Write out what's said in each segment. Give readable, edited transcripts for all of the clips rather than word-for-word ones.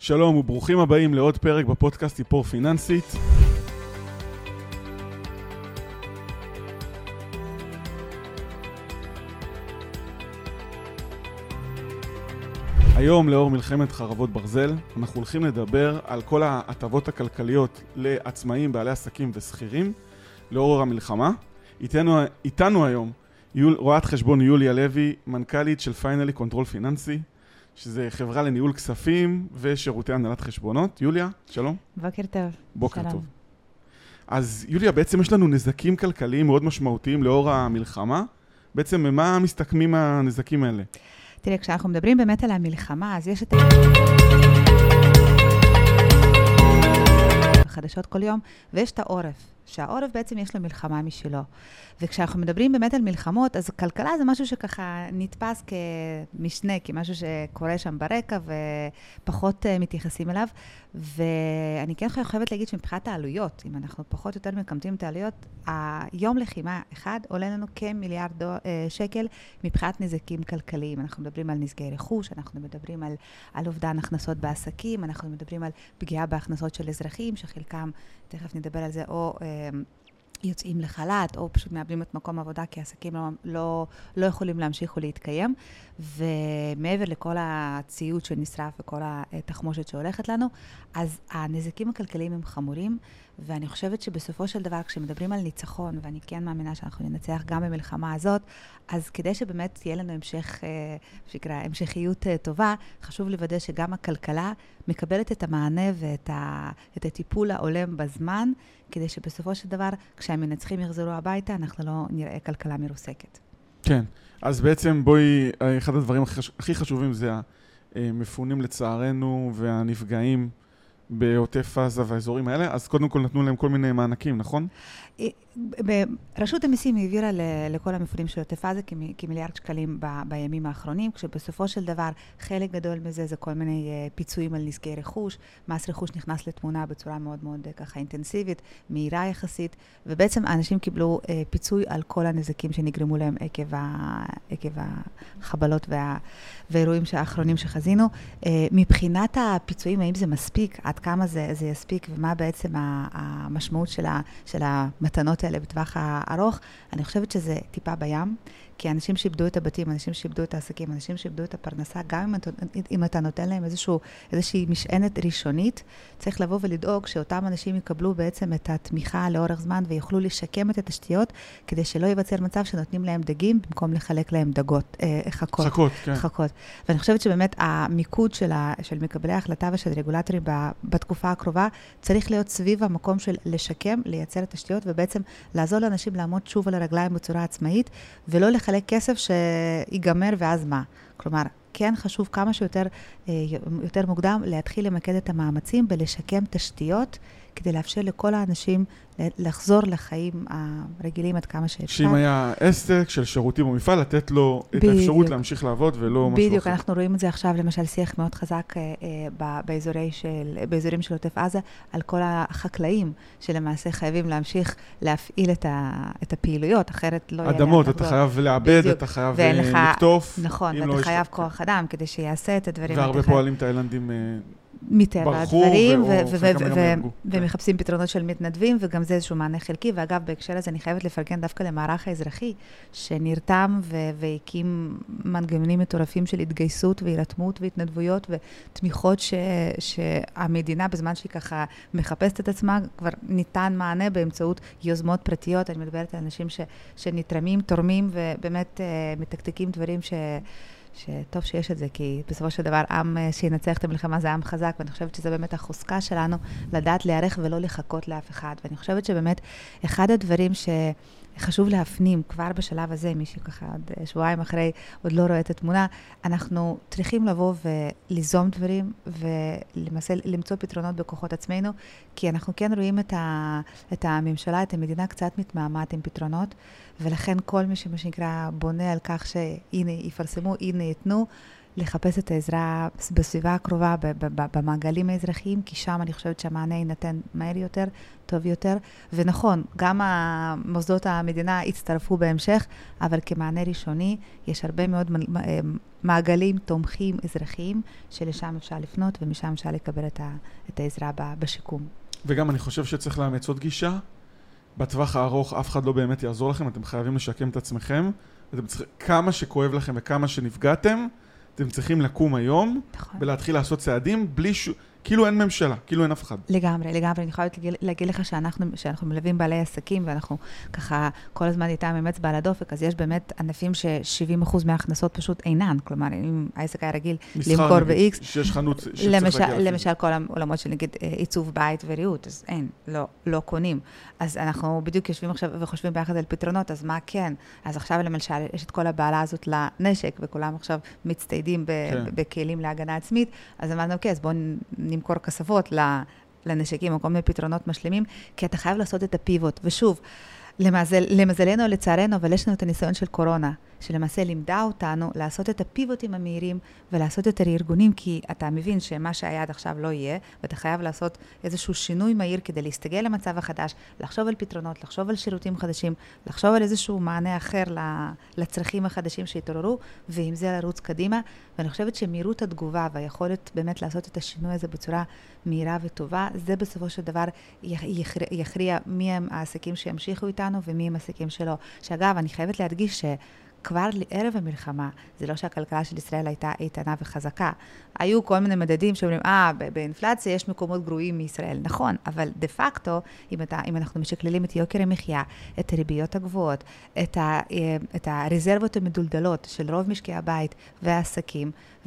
שלום וברוכים הבאים לעוד פרק בפודקאסט איפור פיננסית. היום לאור מלחמת חרבות ברזל, אנחנו הולכים לדבר על כל ההטבות הכלכליות לעצמאים, בעלי עסקים ושכירים, לאור המלחמה. איתנו היום רואת חשבון יוליה לוי, מנכ"לית של פיינלי קונטרול פיננסי, שזה חברה לניהול כספים ושירותי הנהלת חשבונות. יוליה, שלום. בוקר טוב. בוקר שלום. טוב. אז יוליה, בעצם יש לנו נזקים כלכליים מאוד משמעותיים לאור המלחמה. בעצם ממה מסתכמים הנזקים האלה? תראה, כשאנחנו מדברים באמת על המלחמה, אז יש את החדשות כל יום, ויש את העורף, שהעורף בעצם יש לו מלחמה משלו. וכשאנחנו מדברים באמת על מלחמות, אז כלכלה זה משהו שככה נתפס כמשנה, כמשהו שקורה שם ברקע ופחות מתייחסים אליו. ואני כן חייבת להגיד שמבחינת העלויות, אם אנחנו פחות יותר מקמתים את העלויות, היום לחימה אחד עולה לנו כמיליארד שקל מבחינת נזקים כלכליים. אנחנו מדברים על נזקי רכוש, אנחנו מדברים על אובדן הכנסות בעסקים, אנחנו מדברים על פגיעה בהכנסות של אזרחים, שחלקם, תכף נדבר על זה, או יוצאים לחל"ת, או פשוט מאבדים את מקום עבודה, כי העסקים לא יכולים להמשיך ולהתקיים. ומעבר לכל הציוד שנשרף וכל התחמושת שהולכת לנו, אז הנזקים הכלכליים הם חמורים, ואני חושבת שבסופו של דבר, כשמדברים על ניצחון, ואני כן מאמינה שאנחנו ננצח גם במלחמה הזאת, אז כדי שבאמת תהיה לנו המשכיות טובה, חשוב לוודא שגם הכלכלה מקבלת את המענה ואת הטיפול העולם בזמן, כדי שבסופו של דבר, כשהמנצחים יחזרו הביתה, אנחנו לא נראה כלכלה מרוסקת. כן, אז בעצם בואי, אחד הדברים הכי חשובים זה המפונים לצערנו והנפגעים בעוטף עזה והאזורים האלה, אז קודם כל נתנו להם כל מיני מענקים, נכון? רשות המיסים העבירה לכל המפונים של עוטף עזה כמיליארד שקלים בימים האחרונים, כשבסופו של דבר חלק גדול מזה זה כל מיני פיצויים על נזקי רכוש, מס רכוש נכנס לתמונה בצורה מאוד מאוד ככה אינטנסיבית, מהירה יחסית, ובעצם האנשים קיבלו פיצוי על כל הנזקים שנגרמו להם עקב החבלות והאירועים האחרונים שחזינו. מבחינת הפיצויים, האם זה מספיק, עד כמה זה יספיק, ומה בעצם המשמעות של המתנות האלה בטווח הארוך, אני חושבת שזה טיפה בים, כי אנשים שאיבדו את הבתים, אנשים שאיבדו את העסקים, אנשים שאיבדו את הפרנסה, גם אם אתה נותן להם איזושהי משענת ראשונית, צריך לבוא ולדאוג שאותם אנשים יקבלו בעצם את התמיכה לאורך זמן, ויוכלו לשקם את התשתיות, כדי שלא ייווצר מצב שנותנים להם דגים, במקום לחלק להם חכות. כן. חכות. ואני חושבת שבאמת המיקוד של מקבלי ההחלטה ושל רגולטורים בתקופה הקרובה, צריך להיות סביב המקום של לשקם, לייצר את התשתיות, ובעצם לעזור לאנשים לעמוד שוב על הרגליים בצורה עצמאית, ולא לחלק כסף שיגמר ואז מה. כלומר, כן חשוב כמה שיותר יותר מוקדם להתחיל למקד את המאמצים בלשקם תשתיות, כדי לאפשר לכל האנשים לחזור לחיים הרגילים עד כמה שאפשר. שאם היה עסק של שירותים או מפעל, לתת לו את האפשרות להמשיך לעבוד ולא משהו אחר. בדיוק, אנחנו רואים את זה עכשיו, למשל שיח מאוד חזק באזורים של עוטף עזה, על כל החקלאים שלמעשה חייבים להמשיך להפעיל את הפעילויות, אחרת לא יהיה... אדמות, אתה חייב לאבד, אתה חייב לקטוף. נכון, ואתה חייב כוח אדם כדי שיעשה את הדברים. והרבה פועלים תאילנדים מטבע הדברים, כן. ומחפשים פתרונות של מתנדבים, וגם זה איזשהו מענה חלקי, ואגב, בהקשר הזה אני חייבת לפרגן דווקא למערך האזרחי, שנרתם והקים מנגנונים מטורפים של התגייסות והירתמות והתנדבויות, ותמיכות שהמדינה בזמן שהיא ככה מחפשת את עצמה, כבר ניתן מענה באמצעות יוזמות פרטיות. אני מדברת על אנשים שנתרמים, תורמים, ובאמת מתקתקים דברים שטוב שיש את זה, כי בסופו של דבר עם שינצח את המלחמה זה עם חזק, ואני חושבת שזה באמת החוזקה שלנו לדעת להיערך ולא לחכות לאף אחד. ואני חושבת שבאמת אחד הדברים שחשוב להפנים כבר בשלב הזה, מי שככה עוד שבועיים אחרי עוד לא רואה את התמונה, אנחנו צריכים לבוא וליזום דברים ולמעשה למצוא פתרונות בכוחות עצמנו, כי אנחנו כן רואים את הממשלה, את המדינה קצת מתמהמת עם פתרונות, ולכן כל מי שנקרא בונה על כך שהנה יפרסמו, הנה יתנו, לחפש את העזרה בסביבה הקרובה, במעגלים האזרחיים, כי שם אני חושבת שהמענה יינתן מהר יותר, טוב יותר, ונכון, גם מוסדות המדינה הצטרפו בהמשך, אבל כמענה ראשוני, יש הרבה מאוד מעגלים תומכים אזרחיים, שלשם אפשר לפנות, ומשם אפשר לקבל את העזרה בשיקום. וגם אני חושב שצריך לאמץ עוד גישה, בטווח הארוך אף אחד לא באמת יעזור לכם, אתם חייבים לשקם את עצמכם, כמה שכואב לכם וכמה שנפגעתם, אתם צריכים לקום היום, ולהתחיל לעשות צעדים בלי כאילו אין ממשלה, כאילו אין אף אחד. לגמרי. אני יכולה להגיד לך שאנחנו מלווים בעלי עסקים, ואנחנו ככה כל הזמן איתם עם אצבע על הדופק, אז יש באמת ענפים ש70% מההכנסות פשוט אינן. כלומר, אם העסק היה רגיל למכור ב-X, שיש חנות שצריך להגיע. למשל כל העולמות של נגיד עיצוב בית וריהוט, אז אין, לא קונים. אז אנחנו בדיוק יושבים עכשיו וחושבים ביחד על פתרונות, אז מה כן? אז עכשיו למשל יש את כל הבעלה הזאת לנשק, וכולם עכשיו מצטיידים בכלים להגנה עצמית, אז אמרנו, אוקיי, אז בואו נמכור כספות לנשקים או כל מיני פתרונות משלימים, כי אתה חייב לעשות את הפיבוט. ושוב, למזלנו או לצערנו, אבל יש לנו את הניסיון של קורונה, שלמעשה לימדה אותנו לעשות את הפיבוטים המהירים ולעשות את הארגונים, כי אתה מבין שמה שהיה עד עכשיו לא יהיה, ואתה חייב לעשות איזשהו שינוי מהיר כדי להסתגל למצב החדש, לחשוב על פתרונות, לחשוב על שירותים חדשים, לחשוב על איזשהו מענה אחר לצרכים החדשים שהתעוררו, ועם זה לרוץ קדימה. ואני חושבת שמהירות התגובה והיכולת באמת לעשות את השינוי הזה בצורה מהירה וטובה, זה בסופו של דבר יכריע מי הם העסקים שימשיכו איתנו ומי הם העסקים שלו. שאגב, אני חייבת להדגיש כבר לערב המלחמה, זה לא שהכלכלה של ישראל הייתה איתנה וחזקה. היו כל מיני מדדים שאומרים, באינפלציה יש מקומות גרועים מישראל. נכון, אבל דה פקטו, אם אנחנו משקללים את יוקר המחיה, את הריביות הגבוהות, את הרזרבות המדולדלות של רוב משקי הבית והעסקים,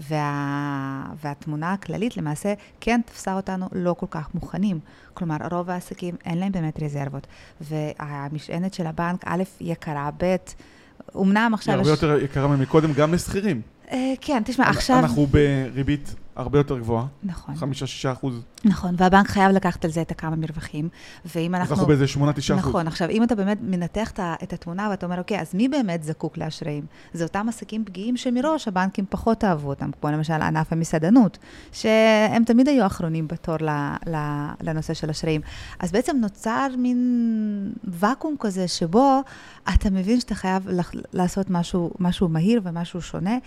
והתמונה הכללית למעשה כן תפסה אותנו לא כל כך מוכנים. כלומר, רוב העסקים אין להם באמת רזרבות. והמשענת של הבנק, א', יקרה, ב', אומנם עכשיו הרבה יותר יקרה ממקודם, גם לסחירים. כן, תשמע, עכשיו אנחנו בריבית הרבה יותר גבוהה. נכון. 5-6%. נכון, והבנק חייב לקחת על זה את הכמה מרווחים. ואם אנחנו באיזה 8-9%. נכון, עכשיו, אם אתה באמת מנתח את התמונה, ואתה אומר, אוקיי, אז מי באמת זקוק לאשראים? זה אותם עסקים פגיעים שמראש הבנקים פחות אהבו אותם, כמו למשל ענף המסעדנות, שהם תמיד היו אחרונים בתור לנושא של אשראים. אז בעצם נוצר מין וקום כזה, שבו אתה מבין שאתה חייב לעשות משהו מהיר ומשהו שונה,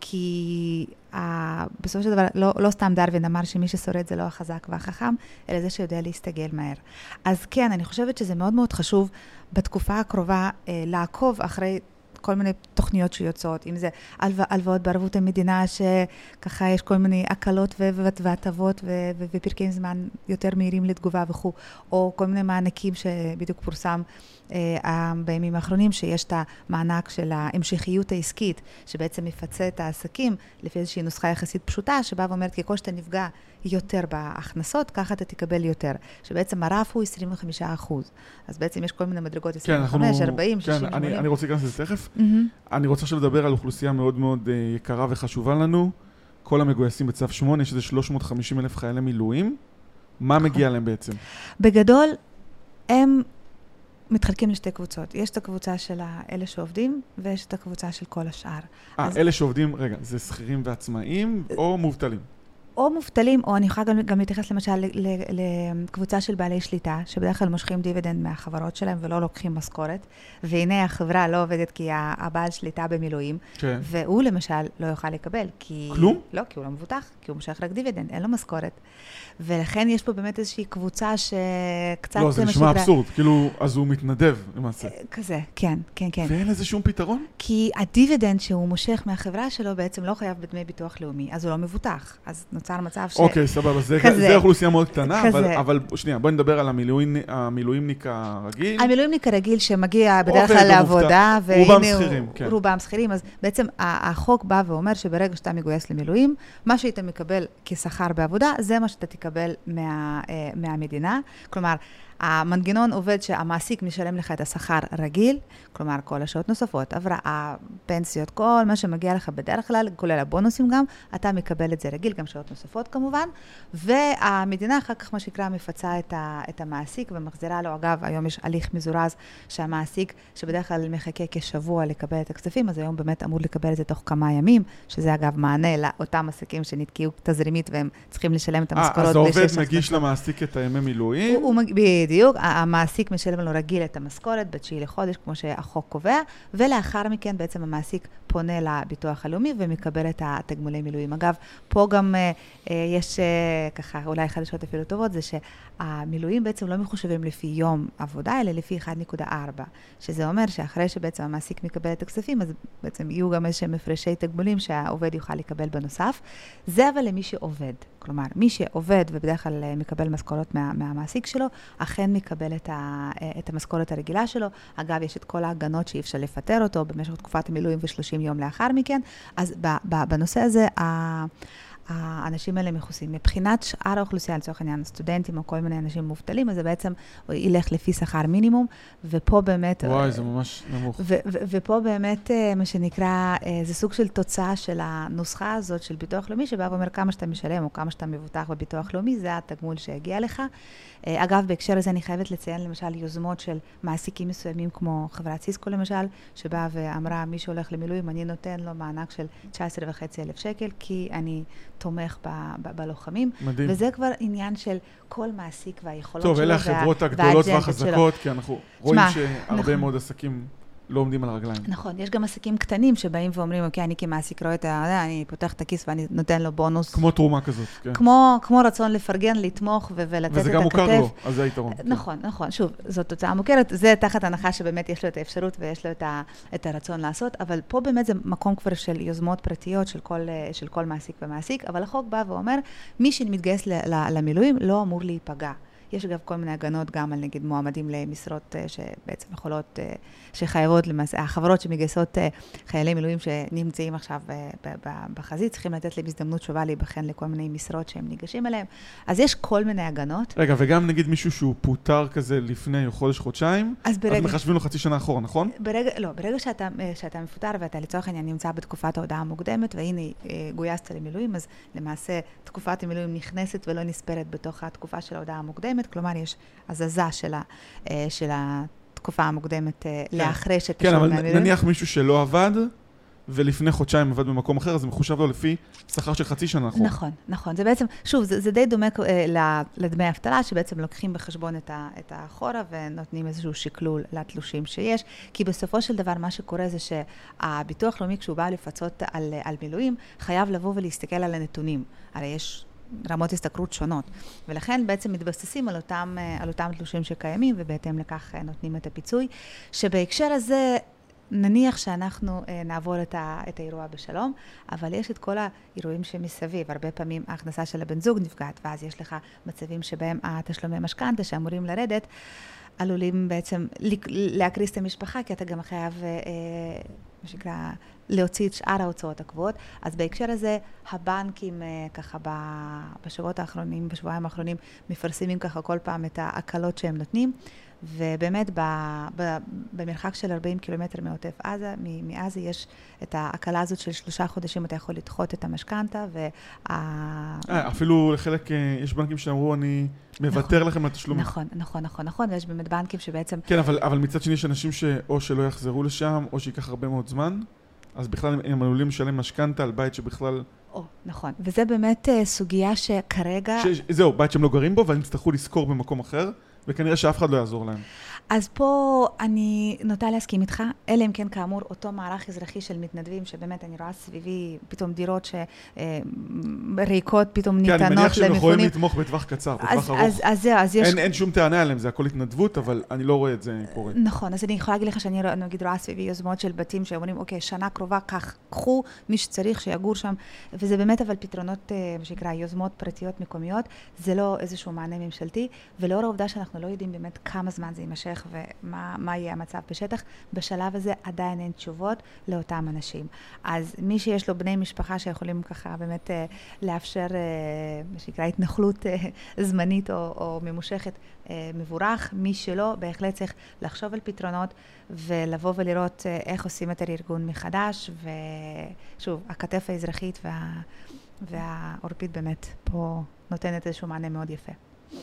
כי בסופו של דבר, לא סתם דרווין אמר שמי ששורד זה לא החזק והחכם, אלא זה שיודע להסתגל מהר. אז כן, אני חושבת שזה מאוד מאוד חשוב בתקופה הקרובה לעקוב אחרי כל מיני תוכניות שיוצאות, אם זה הלוואות בערבות המדינה, שככה יש כל מיני הקלות והטבות ופרקי זמן יותר מהירים לתגובה וכו', או כל מיני מענקים שבדיוק פורסם בימים האחרונים, שיש את המענק של ההמשכיות העסקית, שבעצם מפצה את העסקים לפי איזושהי נוסחה יחסית פשוטה, שבאה ואומרת, ככל שאתה נפגע יותר בהכנסות, ככה אתה תקבל יותר, שבעצם הרף הוא 25%. אז בעצם יש כל מיני מדרגות, 25, 40, 60, 80. אני רוצה להיכנס לזה תכף. אני רוצה לדבר על אוכלוסייה מאוד מאוד יקרה וחשובה לנו. כל המגויסים בצו 8, יש איזה 350,000 חיילי מילואים. מה מגיע להם בעצם? בגדול, הם מתחלקים לשתי קבוצות. יש את הקבוצה של אלה שעובדים, ויש את הקבוצה של כל השאר. אלה שעובדים, רגע, זה שכירים ועצמאים או מובטלים? או מובטלים, או אני יכולה גם להתייחס למשל לקבוצה של בעלי שליטה, שבדרך כלל מושכים דיבידנד מהחברות שלהם ולא לוקחים משכורת, והנה החברה לא עובדת כי הבעל שליטה במילואים, כן. והוא למשל לא יוכל לקבל, כי... כלום? לא, כי הוא לא מבוטח, כי הוא מושך רק דיבידנד, אין לו משכורת. ולכן יש פה באמת איזושהי קבוצה שקצת... לא, זה נשמע אבסורד, כאילו, אז הוא מתנדב למעשה. כזה, כן. ואין לזה שום פתרון? כי הדיבידנד שהוא מושך מהחברה שלו בעצם לא חייב בדמי ביטוח לאומי, אז הוא לא מבוטח. אז נוצר מצב אוקיי, סבבה, זה אוכלוסייה מאוד קטנה, אבל שנייה, בואי נדבר על המילואימניק הרגיל. המילואימניק הרגיל שמגיע בדרך כלל לעבודה, רובם שכירים, כן. רובם שכירים, אז בעצם החוק בא ואומר שברגע שאתה מגויס למילואים, מה שאתה מקבל כשכר בעבודה, זה מה שאתה תקבל מהמדינה. כלומר, המנגנון עובד שהמעסיק משלם לך את השכר רגיל, כלומר כל השעות נוספות, הבראה, פנסיות, כל מה שמגיע לך בדרך כלל, כולל הבונוסים גם, אתה מקבל את זה רגיל, גם שעות נוספות כמובן, והמדינה אחר כך מה שקרה מפצה את המעסיק ומחזירה לו, אגב, היום יש הליך מזורז שהמעסיק, שבדרך כלל מחכה כשבוע לקבל את הכספים, אז היום באמת אמור לקבל את זה תוך כמה ימים, שזה אגב מענה לאותם עסקים שנתקעו תזרימית והם צריכים לשלם את המשכורות. אז העובד מגיש למעסיק את הימי מילואים? בדיוק, המעסיק משלם לו רגיל את המשכורת ב9 לחודש, כמו שהחוק קובע, ולאחר מכן בעצם המעסיק פונה לביטוח הלאומי ומקבל את התגמולי מילואים. אגב, פה גם יש ככה, אולי חדשות אפילו טובות, זה שהמילואים בעצם לא מחושבים לפי יום עבודה, אלא לפי 1.4, שזה אומר שאחרי שבעצם המעסיק מקבל את הכספים, אז בעצם יהיו גם איזשהם מפרשי תגמולים שהעובד יוכל לקבל בנוסף. זה אבל למי שעובד. כלומר, מי שעובד ובדרך כלל מקבל משכורות מהמעסיק שלו, אכן מקבל את המשכורת הרגילה שלו. אגב, יש את כל ההגנות שאי אפשר לפטר אותו במשך תקופת המילואים ו30 יום לאחר מכן. אז בנושא הזה, האנשים האלה מכוסים. מבחינת שאר האוכלוסייה, לצורך העניין, סטודנטים או כל מיני אנשים מובטלים, אז זה בעצם ילך לפי שכר מינימום, ופה באמת... וואי, זה ממש נמוך. ופה באמת, מה שנקרא, זה סוג של תוצאה של הנוסחה הזאת של ביטוח לאומי, שבא ואומר כמה שאתה משלם או כמה שאתה מבוטח בביטוח לאומי, זה התגמול שהגיע לך. אגב, בהקשר הזה אני חייבת לציין למשל יוזמות של מעסיקים מסוימים כמו חברת סיסקו למשל, שבאה ואמרה מי שהולך למילואים, אני נותן לו מענק של 19,500 שקל, כי אני תומך בלוחמים. מדהים. וזה כבר עניין של כל מעסיק והיכולות שלו. טוב, אלה החברות הגדולות והחזקות, כי אנחנו רואים שהרבה מאוד עסקים לא עומדים על הרגליים. נכון, יש גם עסקים קטנים שבאים ואומרים, אוקיי, אני כמעסיק רואה אני פותח את הכיס ואני נותן לו בונוס. כמו תרומה כזאת, כן. כמו רצון לפרגן, לתמוך ולתת את הכתף. וזה גם מוכר לו, אז זה היתרון. נכון. שוב, זאת תוצאה מוכרת. זה תחת הנחה שבאמת יש לו את האפשרות ויש לו את הרצון לעשות, אבל פה באמת זה מקום כבר של יוזמות פרטיות של כל מעסיק ומעסיק, אבל החוק בא ואומר, מי שמתגייס למילואים לא אמור להיפגע. יש אגב כל מיני הגנות גם על נגיד מועמדים למשרות שבעצם יכולות, שחייבות למעשה, החברות שמגייסות חיילי מילואים שנמצאים עכשיו בחזית, צריכים לתת להם הזדמנות שווה להיבחן לכל מיני משרות שהם ניגשים אליהם. אז יש כל מיני הגנות. רגע, וגם נגיד מישהו שהוא פוטר כזה לפני חודש-חודשיים, אז מחשבים לו חצי שנה אחורה, נכון? ברגע שאתה מפוטר ואתה לצורך העניין נמצא בתקופת ההודעה המוקדמת, והנה גויסת למילואים, אז למעשה תקופת המילואים נכנסת ולא נספרת בתוך התקופה של ההודעה המוקדמת. כלומר, יש הזזה של התקופה המוקדמת לאחרי שתשלום מהמילואים. כן, אבל נניח מישהו שלא עבד, ולפני חודשיים עבד במקום אחר, אז זה מחושב לו לפי שכר של חצי שנה אחורה. נכון. זה בעצם, שוב, זה די דומה לדמי אבטלה, שבעצם לוקחים בחשבון את האחורה, ונותנים איזשהו שקלול לתלושים שיש, כי בסופו של דבר מה שקורה זה שהביטוח לאומי, כשהוא בא לפצות על מילואים, חייב לבוא ולהסתכל על הנתונים. הרי יש רמות הסתכרות שונות, ולכן בעצם מתבססים על אותם תלושים שקיימים, ובהתאם לכך נותנים את הפיצוי, שבהקשר הזה נניח שאנחנו נעבור את האירוע בשלום, אבל יש את כל האירועים שמסביב, הרבה פעמים ההכנסה של הבן זוג נפגעת, ואז יש לך מצבים שבהם התשלומי משכנתא שאמורים לרדת, עלולים בעצם להקריס את המשפחה, כי אתה גם חייב, מה שנקרא, להוציא את שאר ההוצאות הקבועות. אז בהקשר הזה, הבנקים ככה בשבועות האחרונים, בשבועיים האחרונים, מפרסמים ככה כל פעם את ההקלות שהם נותנים, ובאמת במרחק של 40 קילומטר מעוטף עזה, מעזה יש את ההקלה הזאת של 3 חודשים, אתה יכול לדחות את המשכנתא, אפילו לחלק, יש בנקים שאמרו, אני מוותר לכם לתשלום. נכון, ויש באמת בנקים שבעצם... כן, אבל מצד שני יש אנשים שאו שלא יחזרו לשם, או שיקח הרבה מאוד זמן, אז בכלל הם עלולים לשלם משכנתא על בית שבכלל... נכון, וזה באמת סוגיה שכרגע... זהו, בית שהם לא גרים בו, אבל הם יצטרכו לשכור במקום אחר, וכנראה שאף אחד לא יעזור להם. אז פה אני נוטה להסכים איתך, אלא אם כן כאמור אותו מערך אזרחי של מתנדבים, שבאמת אני רואה סביבי פתאום דירות שריקות פתאום ניתנות למפונים. כן, אני מניח שהם יכולים לתמוך בטווח קצר, בטווח ארוך. אז יש... אין שום טענה עליהם, זה הכל התנדבות, אבל אני לא רואה את זה קורה. נכון, אז אני יכולה להגיד לך שאני נגיד רואה סביבי יוזמות של בתים שאומרים, אוקיי, שנה קרובה, קחו מי שצריך שיגור שם, וזה באמת אבל פתרונות, מה שנקרא, יוזמות פרטיות מקומיות, זה לא איזשהו מענה ממשלתי, ולאור העובדה שאנחנו לא יודעים באמת כמה זמן זה יימשך, יימשך ומה יהיה המצב בשטח. בשלב הזה עדיין אין תשובות לאותם אנשים. אז מי שיש לו בני משפחה שיכולים ככה באמת לאפשר, מה שנקרא, התנחלות זמנית או ממושכת, מבורך. מי שלא, בהחלט צריך לחשוב על פתרונות ולבוא ולראות איך עושים את הארגון מחדש. ושוב, הכתף האזרחית והעורפית באמת פה נותנת איזשהו מענה מאוד יפה.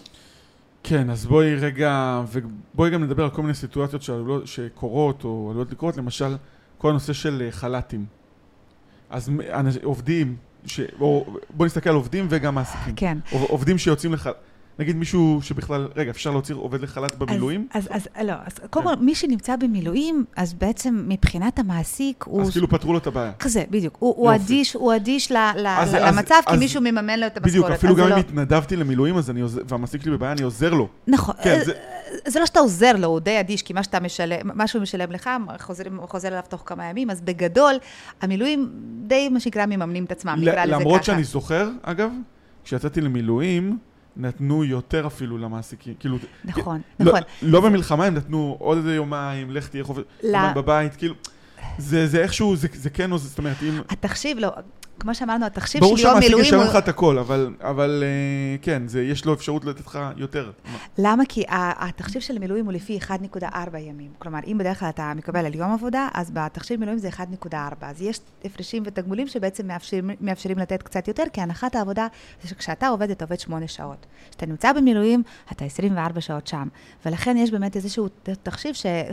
כן, אז בואי גם נדבר על כל מיני סיטואציות שקורות או עלולות לקרות, למשל כל הנושא של חל"תים. אז עובדים, בואי נסתכל על עובדים וגם מעסיקים. כן. עובדים שיוצאים נגיד מישהו שבכלל, רגע, אפשר להוציא עובד לחל"ת במילואים? אז קודם כל, מי שנמצא במילואים, אז בעצם מבחינת המעסיק הוא... אז כאילו פתרו לו את הבעיה. כזה, בדיוק. הוא אדיש למצב, כי מישהו מממן לו את המשכורת. בדיוק, אפילו גם אם התנדבתי למילואים, והמעסיק שלי בבעיה, אני עוזר לו. נכון. זה לא שאתה עוזר לו, הוא די אדיש, כי מה שהוא משלם לך, חוזר אליו תוך כמה ימים, אז בגדול, המילואים די מה שנקרא מממנים את עצמם, נקרא לזה ככה. למרות שאני זוכר, אגב, כשיצאתי למילואים, נתנו יותר אפילו למעסיקים. נכון. לא במלחמה, הם נתנו עוד איזה יומיים, לך תהיה חופש בבית, כאילו, זה איכשהו, זה כן, זאת אומרת, אם... התחשיב, לא, כמו שאמרנו, התחשיב של יום מילואים... ברור שהמעסיק ישלם לך את הכל, אבל כן, יש לו אפשרות לתת לך יותר. למה? כי התחשיב של מילואים הוא לפי 1.4 ימים. כלומר, אם בדרך כלל אתה מקבל על יום עבודה, אז בתחשיב מילואים זה 1.4. אז יש הפרשים ותגמולים שבעצם מאפשרים לתת קצת יותר, כי הנחת העבודה זה שכשאתה עובד, אתה עובד 8 שעות. כשאתה נמצא במילואים, אתה 24 שעות שם. ולכן יש באמת איזשהו תחשיב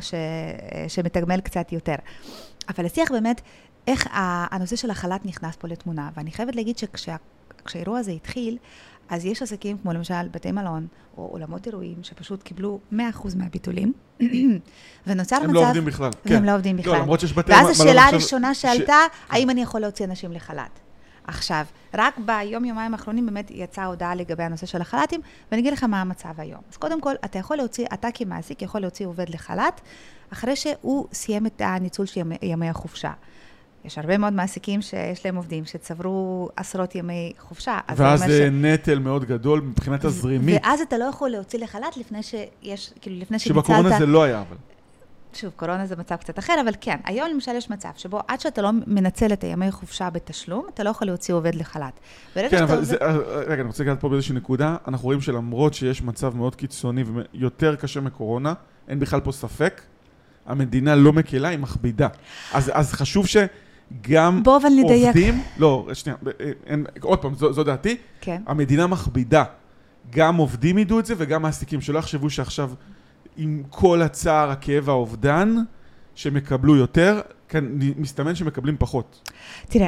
שמתגמל קצת יותר. אבל השיח באמת, איך הנושא של החל"ת נכנס פה לתמונה, ואני חייבת להגיד שכשהאירוע הזה התחיל, אז יש עסקים כמו למשל בתי מלון, או עולמות אירועים, שפשוט קיבלו 100% מהביטולים, ונוצר מצב... הם לא עובדים בכלל. והם לא עובדים בכלל. לא, למרות שיש בתי מלון... ואז השאלה הראשונה שעלתה, האם אני יכול להוציא אנשים לחל"ת? עכשיו, רק ביום-יומיים האחרונים באמת יצאה הודעה לגבי הנושא של החל"תים, ואני אגיד לך מה המצב היום. אז קודם כל, אתה כמעסיק יכול להוציא עובד לחל"ת, אחרי שהוא סיים את הניצול של ימי החופשה. יש הרבה מאוד מעסיקים שיש להם עובדים שצברו עשרות ימי חופשה. ואז זה נטל מאוד גדול מבחינת הזרימית. ואז אתה לא יכול להוציא לחל"ת לפני שיש, כאילו לפני שניצלת... שבקורונה זה לא היה, אבל. שוב, קורונה זה מצב קצת אחר, אבל כן, היום למשל יש מצב שבו עד שאתה לא מנצל את הימי חופשה בתשלום, אתה לא יכול להוציא עובד לחל"ת. כן, אבל רגע, אני רוצה לגעת פה באיזושהי נקודה. אנחנו רואים שלמרות שיש מצב מאוד קיצוני ויותר קשה מקורונה, אין בכלל פה ספק, המדינה לא מקלה, היא מכבידה. אז חשוב גם עובדים, לא, שנייה, עוד פעם, זו דעתי, כן. המדינה מכבידה, גם עובדים ידעו את זה וגם מעסיקים, שלא יחשבו שעכשיו עם כל הצער, הכאב, האובדן, שמקבלו יותר, כאן מסתמן שמקבלים פחות. תראה,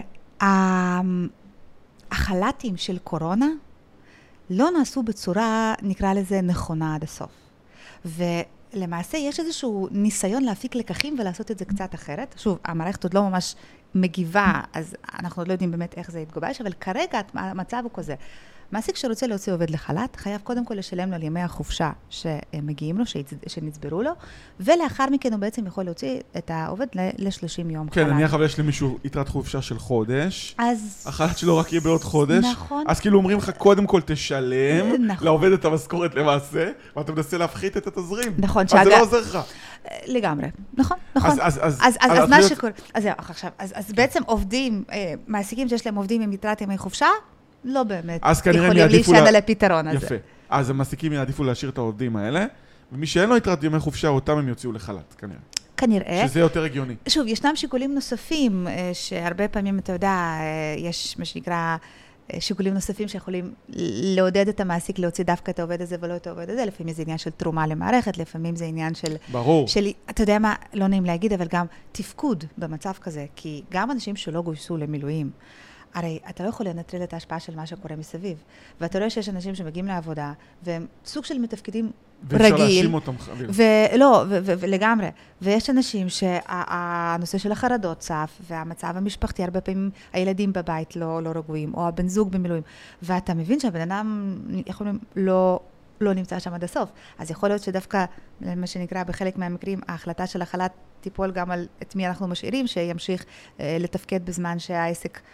החל"תים של קורונה לא נעשו בצורה, נקרא לזה, נכונה עד הסוף. ולמעשה יש איזשהו ניסיון להפיק לקחים ולעשות את זה קצת אחרת. שוב, המערכת עוד לא ממש מגיבה, אז אנחנו עוד לא יודעים באמת איך זה יתגובש, אבל כרגע המצב הוא כזה. מעסיק שרוצה להוציא עובד לחל"ת, חייב קודם כל לשלם לו על ימי החופשה שמגיעים לו, שנצברו לו, ולאחר מכן הוא בעצם יכול להוציא את העובד ל-30 יום חל"ת. כן, אני אחרי יש למישהו יתרת חופשה של חודש, אז... החל"ת שלו רק יהיה בעוד חודש, נכון. אז כאילו אומרים לך קודם כל תשלם, נכון. לעובד את המשכורת למעשה, ואתה מנסה להפחית את התזרים. נכון, אז זה לא עוזר לך. לגמרי, נכון, נכון. אז מה שקורה, אז זהו, עכשיו, אז בעצם עובדים, מעסיקים שיש להם עובדים עם יתרת ימי חופשה, לא באמת יכולים להישען על הפתרון הזה. יפה. אז המעסיקים יעדיפו להשאיר את העובדים האלה, ומי שאין לו יתרת ימי חופשה, אותם הם יוציאו לחל"ת, כנראה. כנראה. שזה יותר הגיוני. שוב, ישנם שיקולים נוספים, שהרבה פעמים, אתה יודע, יש מה שנקרא שיקולים נוספים שיכולים לעודד את המעסיק להוציא דווקא את העובד הזה ולא את העובד הזה. לפעמים זה עניין של תרומה למערכת, לפעמים זה עניין של... ברור. אתה יודע מה, לא נעים להגיד, אבל גם תפקוד במצב כזה, כי גם אנשים שלא גויסו למילואים, הרי אתה לא יכול לנטרל את ההשפעה של מה שקורה מסביב. ואתה רואה שיש אנשים שמגיעים לעבודה, והם סוג של מתפקדים רגיל. ואפשר להאשים אותם חביב. ולא, ולגמרי. ויש אנשים שהנושא של החרדות צף, והמצב המשפחתי, הרבה פעמים הילדים בבית לא רגועים, או הבן זוג במילואים. ואתה מבין שהבן אדם יכולים לא נמצא שם עד הסוף. אז יכול להיות שדווקא, מה שנקרא בחלק מהמקרים, ההחלטה של החל"ת תיפול גם על את מי אנחנו משאירים, שימשיך לתפקד בזמן שהעסק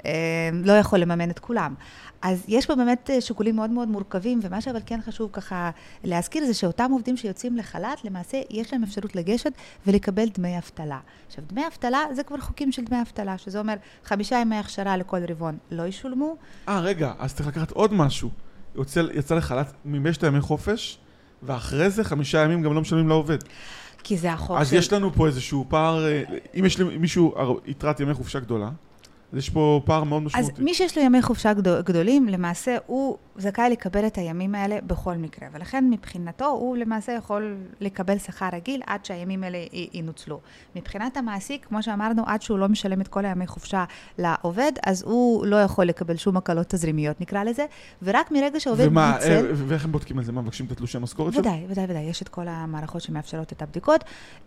לא יכול לממן את כולם. אז יש פה באמת שיקולים מאוד מאוד מורכבים, ומה שאבל כן חשוב ככה להזכיר זה שאותם עובדים שיוצאים לחל"ת, למעשה יש להם אפשרות לגשת ולקבל דמי אבטלה. עכשיו, דמי אבטלה זה כבר חוקים של דמי אבטלה, שזה אומר 5 ימי הכשרה לכל רבעון לא ישולמו. רגע, אז צריך לקחת עוד משהו. יצא לחל"ת, מימש את הימי חופש, ואחרי זה 5 ימים גם לא משלמים לעובד. כי זה החוק אז יש לנו פה איזשהו פער, אם יש למישהו יתרת ימי חופשה גדולה, אז יש פה פער מאוד משמעותי. אז מי שיש לו ימי חופשה גדולים, למעשה הוא זכאי לקבל את הימים האלה בכל מקרה, ולכן מבחינתו הוא למעשה יכול לקבל שכר רגיל עד שהימים האלה ינוצלו. מבחינת המעסיק, כמו שאמרנו, עד שהוא לא משלם את כל הימי חופשה לעובד, אז הוא לא יכול לקבל שום הקלות תזרימיות, נקרא לזה, ורק מרגע שהעובד ניצל... ואיך הם בודקים על זה? מה, מבקשים את התלושי המשכורת שלו? ודאי, יש את כל המערכות שמאפשרות את הבדיקות,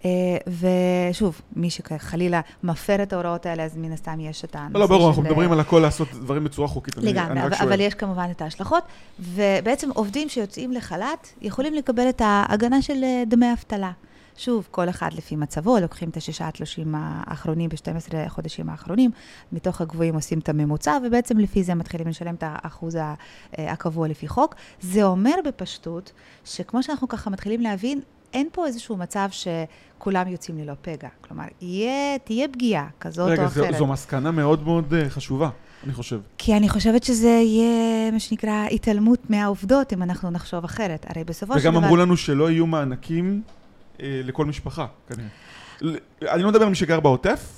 ושוב, מי שחלילה מפר את ההוראות האלה, אז מן הסתם יש את לא, ברור, אנחנו מדברים על הכל לעשות דברים בצורה חוקית. לגמרי, אבל יש כמובן את ההשלכות, ובעצם עובדים שיוצאים לחל"ת יכולים לקבל את ההגנה של דמי אבטלה. שוב, כל אחד לפי מצבו, לוקחים את 6 התלושים האחרונים ב-12 החודשים האחרונים, מתוך הגבוהים עושים את הממוצע, ובעצם לפי זה מתחילים לשלם את האחוז הקבוע לפי חוק. זה אומר בפשטות, שכמו שאנחנו ככה מתחילים להבין, אין פה איזשהו מצב שכולם יוצאים ללא פגע. כלומר, תהיה פגיעה כזאת או אחרת. רגע, זו מסקנה מאוד מאוד חשובה, אני חושב. כי אני חושבת שזה יהיה, מה שנקרא, התעלמות מהעובדות, אם אנחנו נחשוב אחרת. הרי בסופו של דבר... וגם אמרו לנו שלא יהיו מענקים לכל משפחה, כנראה. אני לא מדבר על מי שגר בעוטף,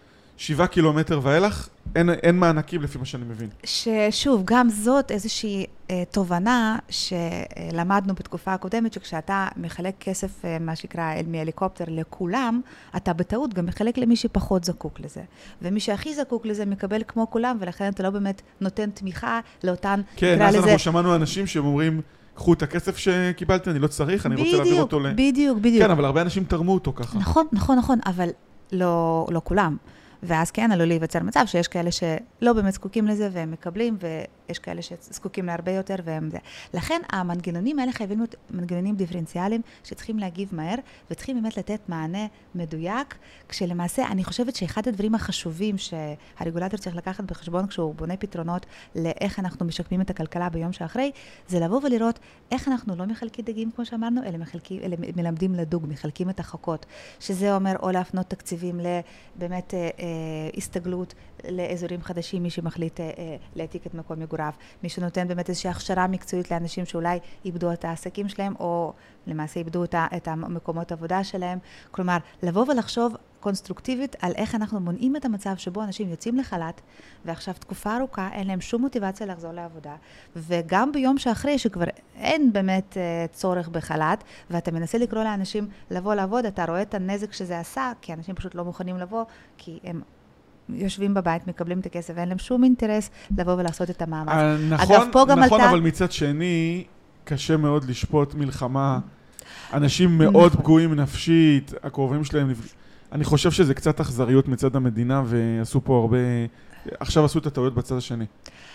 7 קילומטר ואילך, אין מענקים לפי מה שאני מבין. ששוב, גם זאת איזושהי תובנה שלמדנו בתקופה הקודמת, שכשאתה מחלק כסף, מה שנקרא, מהליקופטר לכולם, אתה בטעות גם מחלק למי שפחות זקוק לזה. ומי שהכי זקוק לזה מקבל כמו כולם, ולכן אתה לא באמת נותן תמיכה לאותן, כן, אז אנחנו שמענו אנשים שאומרים, קחו את הכסף שקיבלתי, אני לא צריך, אני רוצה להעביר אותו בדיוק. כן, אבל הרבה אנשים תרמו אותו ככה. נכון, אבל לא כולם. ואז כן, עלול להיווצר מצב שיש כאלה שלא באמת זקוקים לזה והם מקבלים, ויש כאלה שזקוקים להרבה יותר והם זה. לכן המנגנונים האלה חייבים להיות מנגנונים דיפרנציאליים שצריכים להגיב מהר, וצריכים באמת לתת מענה מדויק, כשלמעשה אני חושבת שאחד הדברים החשובים שהרגולטור צריך לקחת בחשבון כשהוא בונה פתרונות לאיך אנחנו משקמים את הכלכלה ביום שאחרי, זה לבוא ולראות איך אנחנו לא מחלקים דגים כמו שאמרנו, אלא מלמדים לדוג, מחלקים את החכות, שזה אומר או להפנות תקציבים לבאמת הסתגלות לאזורים חדשים, מי שמחליט להעתיק את מקום מגוריו, מי שנותן באמת איזושהי הכשרה מקצועית לאנשים שאולי איבדו את העסקים שלהם, או למעשה איבדו את המקומות העבודה שלהם. כלומר, לבוא ולחשוב קונסטרוקטיבית על איך אנחנו מונעים את המצב שבו אנשים יוצאים לחל"ת, ועכשיו תקופה ארוכה, אין להם שום מוטיבציה לחזור לעבודה, וגם ביום שאחרי שכבר אין באמת צורך בחל"ת, ואתה מנסה לקרוא לאנשים לבוא לעבוד, אתה רואה את הנזק שזה עשה, כי אנשים פשוט לא מוכנים לבוא, כי הם יושבים בבית, מקבלים את הכסף, ואין להם שום אינטרס לבוא ולעשות את המאמץ. נכון, אבל מצד שני, קשה מאוד לשפוט מלחמה, אנשים מאוד פגועים נפשית, הקרובים שלהם אני חושב שזה קצת אכזריות מצד המדינה, ועשו פה הרבה, עכשיו עשו את הטעויות בצד השני.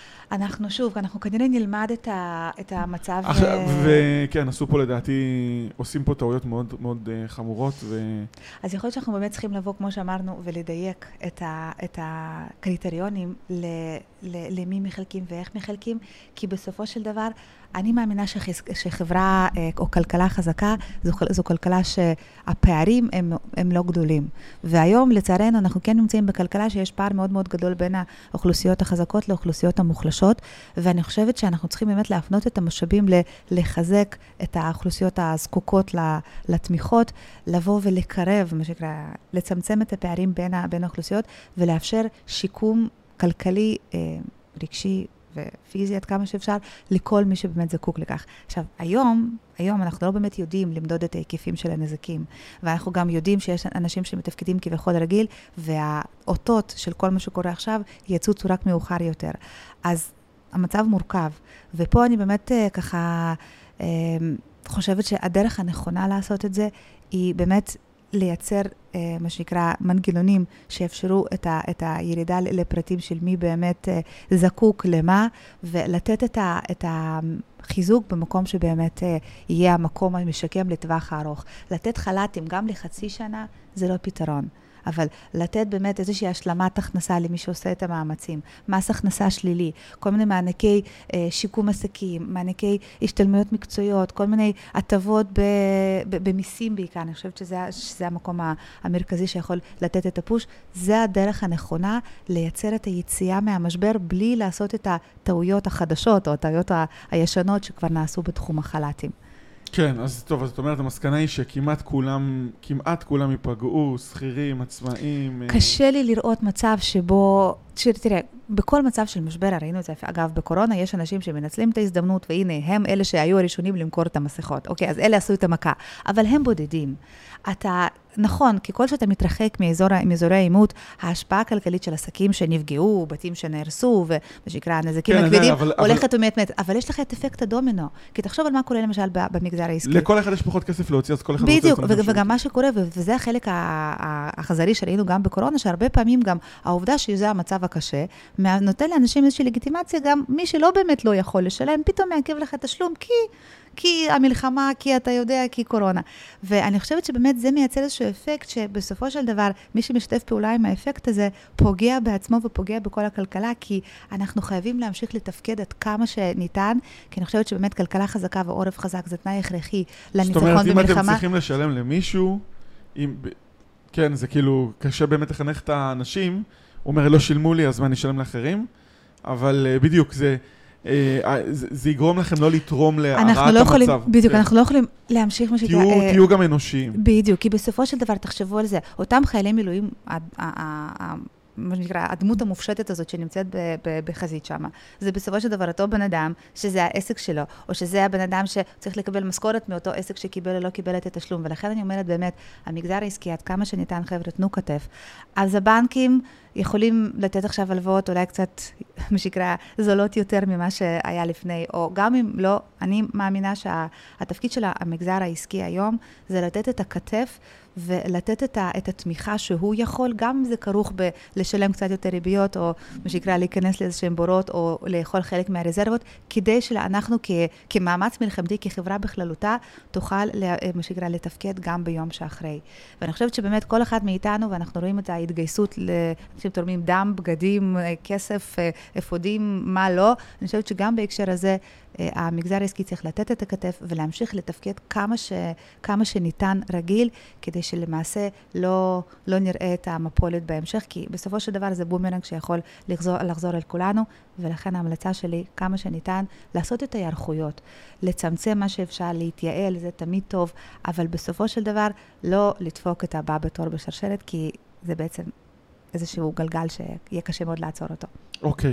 אנחנו כנראה נלמד את המצב. וכן, עשו פה לדעתי, עושים פה טעויות מאוד מאוד חמורות. אז יכול להיות שאנחנו באמת צריכים לבוא, כמו שאמרנו, ולדייק את הקריטריונים למי מחלקים ואיך מחלקים, כי בסופו של דבר, אני מאמינה שחברה או כלכלה חזקה, זו כלכלה שהפערים הם לא גדולים. והיום, לצערנו, אנחנו כן נמצאים בכלכלה שיש פער מאוד מאוד גדול בין האוכלוסיות החזקות לאוכלוסיות המוחלשות, ואני חושבת שאנחנו צריכים באמת להפנות את המשאבים לחזק את האוכלוסיות הזקוקות לתמיכות, לבוא ולקרב, מה שנקרא, לצמצם את הפערים בין האוכלוסיות, ולאפשר שיקום כלכלי, רגשי, ופיזי עד כמה שאפשר, לכל מי שבאמת זקוק לכך. עכשיו, היום אנחנו לא באמת יודעים למדוד את ההיקפים של הנזקים, ואנחנו גם יודעים שיש אנשים שמתפקדים כביכול רגיל, והאותות של כל מה שקורה עכשיו יצוצו רק מאוחר יותר. אז המצב מורכב, ופה אני באמת ככה חושבת שהדרך הנכונה לעשות את זה, היא באמת לייצר מה שנקרא מנגנונים שיאפשרו את הירידה לפרטים של מי באמת זקוק למה, ולתת את החיזוק במקום שבאמת יהיה המקום המשקם לטווח הארוך. לתת חל"תים גם לחצי שנה זה לא פתרון. אבל לתת באמת איזושהי השלמת הכנסה למי שעושה את המאמצים, מס הכנסה שלילי, כל מיני מענקי שיקום עסקים, מענקי השתלמויות מקצועיות, כל מיני הטבות במיסים בעיקר. אני חושבת שזה המקום המרכזי שיכול לתת את הפוש. זה הדרך הנכונה לייצר את היציאה מהמשבר בלי לעשות את הטעויות החדשות או הטעויות הישנות שכבר נעשו בתחום החל"תים. כן, אז טוב, אז זאת אומרת, המסקנה היא שכמעט כולם ייפגעו, שכירים, עצמאים. קשה לי לראות מצב שבו, תראה, בכל מצב של משבר, ראינו את זה, אגב, בקורונה יש אנשים שמנצלים את ההזדמנות, והנה, הם אלה שהיו הראשונים למכור את המסכות. אוקיי, אז אלה עשו את המכה, אבל הם בודדים. נכון, ככל שאתה מתרחק מאזורי העימות, ההשפעה הכלכלית של עסקים שנפגעו, בתים שנהרסו, ומה שנקרא, הנזקים הכבדים, הולכת ומתמת. אבל יש לך את אפקט הדומינו, כי תחשוב על מה קורה למשל במגזר העסקי. לכל אחד יש פחות כסף להוציא, אז כל אחד רוצה... בדיוק, וגם מה שקורה, וזה החלק החזרי שראינו גם בקורונה, שהרבה פעמים גם העובדה שזה המצב הקשה, נותן לאנשים איזושהי לגיטימציה, גם מי שלא באמת לא יכול לשלם, פתאום מעכב לך תשלום, כי המלחמה, כי אתה יודע, כי קורונה. ואני חושבת שבאמת זה מייצר איזשהו אפקט שבסופו של דבר, מי שמשתף פעולה עם האפקט הזה, פוגע בעצמו ופוגע בכל הכלכלה, כי אנחנו חייבים להמשיך לתפקד עד כמה שניתן, כי אני חושבת שבאמת כלכלה חזקה ועורף חזק, זה תנאי הכרחי לניצחון במלחמה. זאת אומרת, אם אתם צריכים לשלם למישהו, כן, זה כאילו קשה באמת לחנך את האנשים, הוא אומר, לא שילמו לי, אז מה, אני אשלם לאחרים? אבל בדיוק, זה יגרום לכם לא לתרום להרעת המצב. בדיוק, אנחנו לא יכולים להמשיך מה שקרה. תהיו גם אנושיים. בדיוק, כי בסופו של דבר, תחשבו על זה, אותם חיילי מילואים, מה שנקרא, הדמות המופשטת הזאת שנמצאת בחזית שם, זה בסופו של דבר אותו בן אדם, שזה העסק שלו, או שזה הבן אדם שצריך לקבל משכורת מאותו עסק שקיבל או לא קיבל את התשלום, ולכן אני אומרת באמת, המגזר העסקי, עד כמה שניתן חבר'ה, תנו כתף. אז הבנקים יכולים לתת עכשיו הלוואות אולי קצת, מה שנקרא, זולות יותר ממה שהיה לפני, או גם אם לא, אני מאמינה שהתפקיד של המגזר העסקי היום, זה לתת את הכתף, ולתת את התמיכה שהוא יכול, גם אם זה כרוך לשלם קצת יותר ריביות, או מה שנקרא להיכנס לאיזשהם בורות, או לאכול חלק מהרזרבות, כדי שאנחנו כמאמץ מלחמתי, כחברה בכללותה, תוכל, מה שנקרא, לתפקד גם ביום שאחרי. ואני חושבת שבאמת כל אחד מאיתנו, ואנחנו רואים את ההתגייסות לאנשים תורמים דם, בגדים, כסף, אפודים, מה לא, אני חושבת שגם בהקשר הזה, המגזר העסקי צריך לתת את הכתף ולהמשיך לתפקד כמה שניתן רגיל, כדי שלמעשה לא נראה את המפולת בהמשך, כי בסופו של דבר זה בומרנג שיכול לחזור אל כולנו, ולכן ההמלצה שלי, כמה שניתן, לעשות את ההיערכויות, לצמצם מה שאפשר, להתייעל, זה תמיד טוב, אבל בסופו של דבר לא לדפוק את הבא בתור בשרשרת, כי זה בעצם איזשהו גלגל שיהיה קשה מאוד לעצור אותו. אוקיי,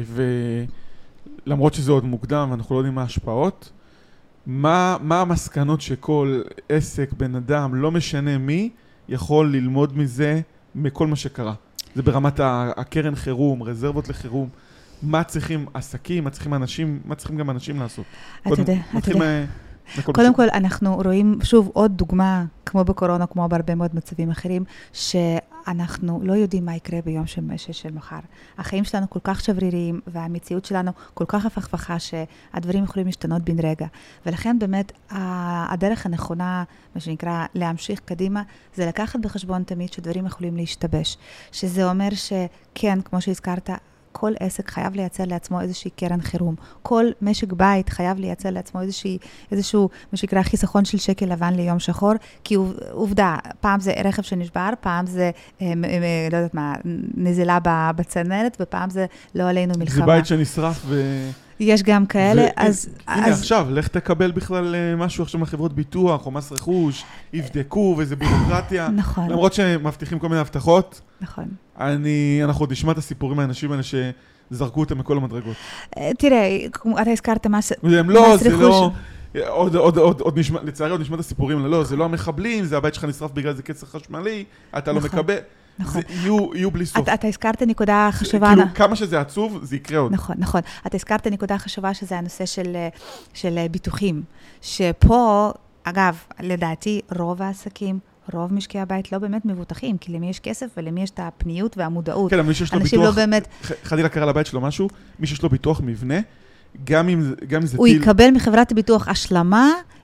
למרות שזה עוד מוקדם, ואנחנו לא יודעים מה ההשפעות, מה המסקנות שכל עסק, בן אדם, לא משנה מי, יכול ללמוד מזה, מכל מה שקרה? זה ברמת הקרן חירום, רזרבות לחירום, מה צריכים עסקים, מה צריכים גם אנשים לעשות? אתה יודע. קודם כל, אנחנו רואים, שוב, עוד דוגמה, כמו בקורונה, כמו בהרבה מאוד מצבים אחרים, שאנחנו לא יודעים מה יקרה ביום של מחר. החיים שלנו כל כך שבריריים, והמציאות שלנו כל כך הפכפכה, שהדברים יכולים להשתנות בן רגע. ולכן באמת, הדרך הנכונה, מה שנקרא, להמשיך קדימה, זה לקחת בחשבון תמיד שדברים יכולים להשתבש. שזה אומר שכן, כמו שהזכרת, כל עסק חייב לייצר לעצמו איזושהי קרן חירום. כל משק בית חייב לייצר לעצמו איזשהו, מה שנקרא, חיסכון של שקל לבן ליום שחור, כי עובדה, פעם זה רכב שנשבר, פעם זה, לא יודעת מה, נזילה בצנרת, ופעם זה לא עלינו מלחמה. זה בית שנשרף יש גם כאלה, אז... הנה עכשיו, לך תקבל בכלל משהו עכשיו מהחברות ביטוח, או מס רכוש, יבדקו, ואיזה בירוקרטיה. נכון. למרות שמבטיחים כל מיני הבטחות. נכון. אנחנו עוד נשמע את הסיפורים מהאנשים האלה שזרקו אותם מכל המדרגות. תראה, אתה הזכרת מס רכוש. זה לא... עוד נשמע, לצערי עוד נשמע את הסיפורים, לא, זה לא המחבלים, זה הבית שלך נשרף בגלל זה קצר חשמלי, אתה לא מקבל. נכון. יהיו בלי סוף. אתה הזכרת נקודה חשובה. כאילו, כמה שזה עצוב, זה יקרה עוד. נכון, נכון. אתה הזכרת נקודה חשובה שזה הנושא של ביטוחים. שפה, אגב, לדעתי, רוב העסקים, רוב משקי הבית לא באמת מבוטחים, כי למי יש כסף ולמי יש את הפניות והמודעות. כן, מי שיש לו ביטוח, לא באמת... חדילה קרא לבית שלו משהו, מי שיש לו ביטוח מבנה, גם אם זה הוא יקבל מחברת הביטוח השלמה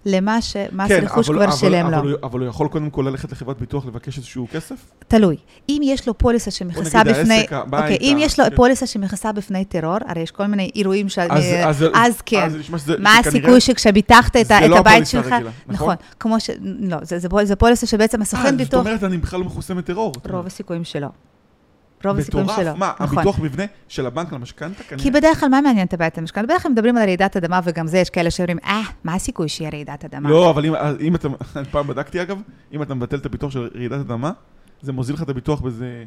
למס רכוש כבר שילם לו. אבל הוא יכול קודם כל ללכת לחברת ביטוח לבקש איזשהו כסף? תלוי. אם יש לו פוליסה שמכסה בפני... אוקיי, אם יש לו פוליסה שמכסה בפני טרור, הרי יש כל מיני אירועים אז כן. מה הסיכוי שכשביטחת את הבית שלך? נכון. כמו ש... לא, זה פוליסה שבעצם הסוכן ביטוח... זאת אומרת, אני בכלל לא מכוסה מטרור. רוב הסיכויים שלו. מטורף, מה? הביטוח מבנה של הבנק למשכנתא? כי בדרך כלל מה מעניין את הבית למשכנתא? בדרך כלל מדברים על רעידת אדמה, וגם זה יש כאלה שאומרים, מה הסיכוי שיהיה רעידת אדמה? לא, אבל אם אתה, פעם בדקתי אגב, אם אתה מבטל את הביטוח של רעידת אדמה, זה מוזיל לך את הביטוח בזה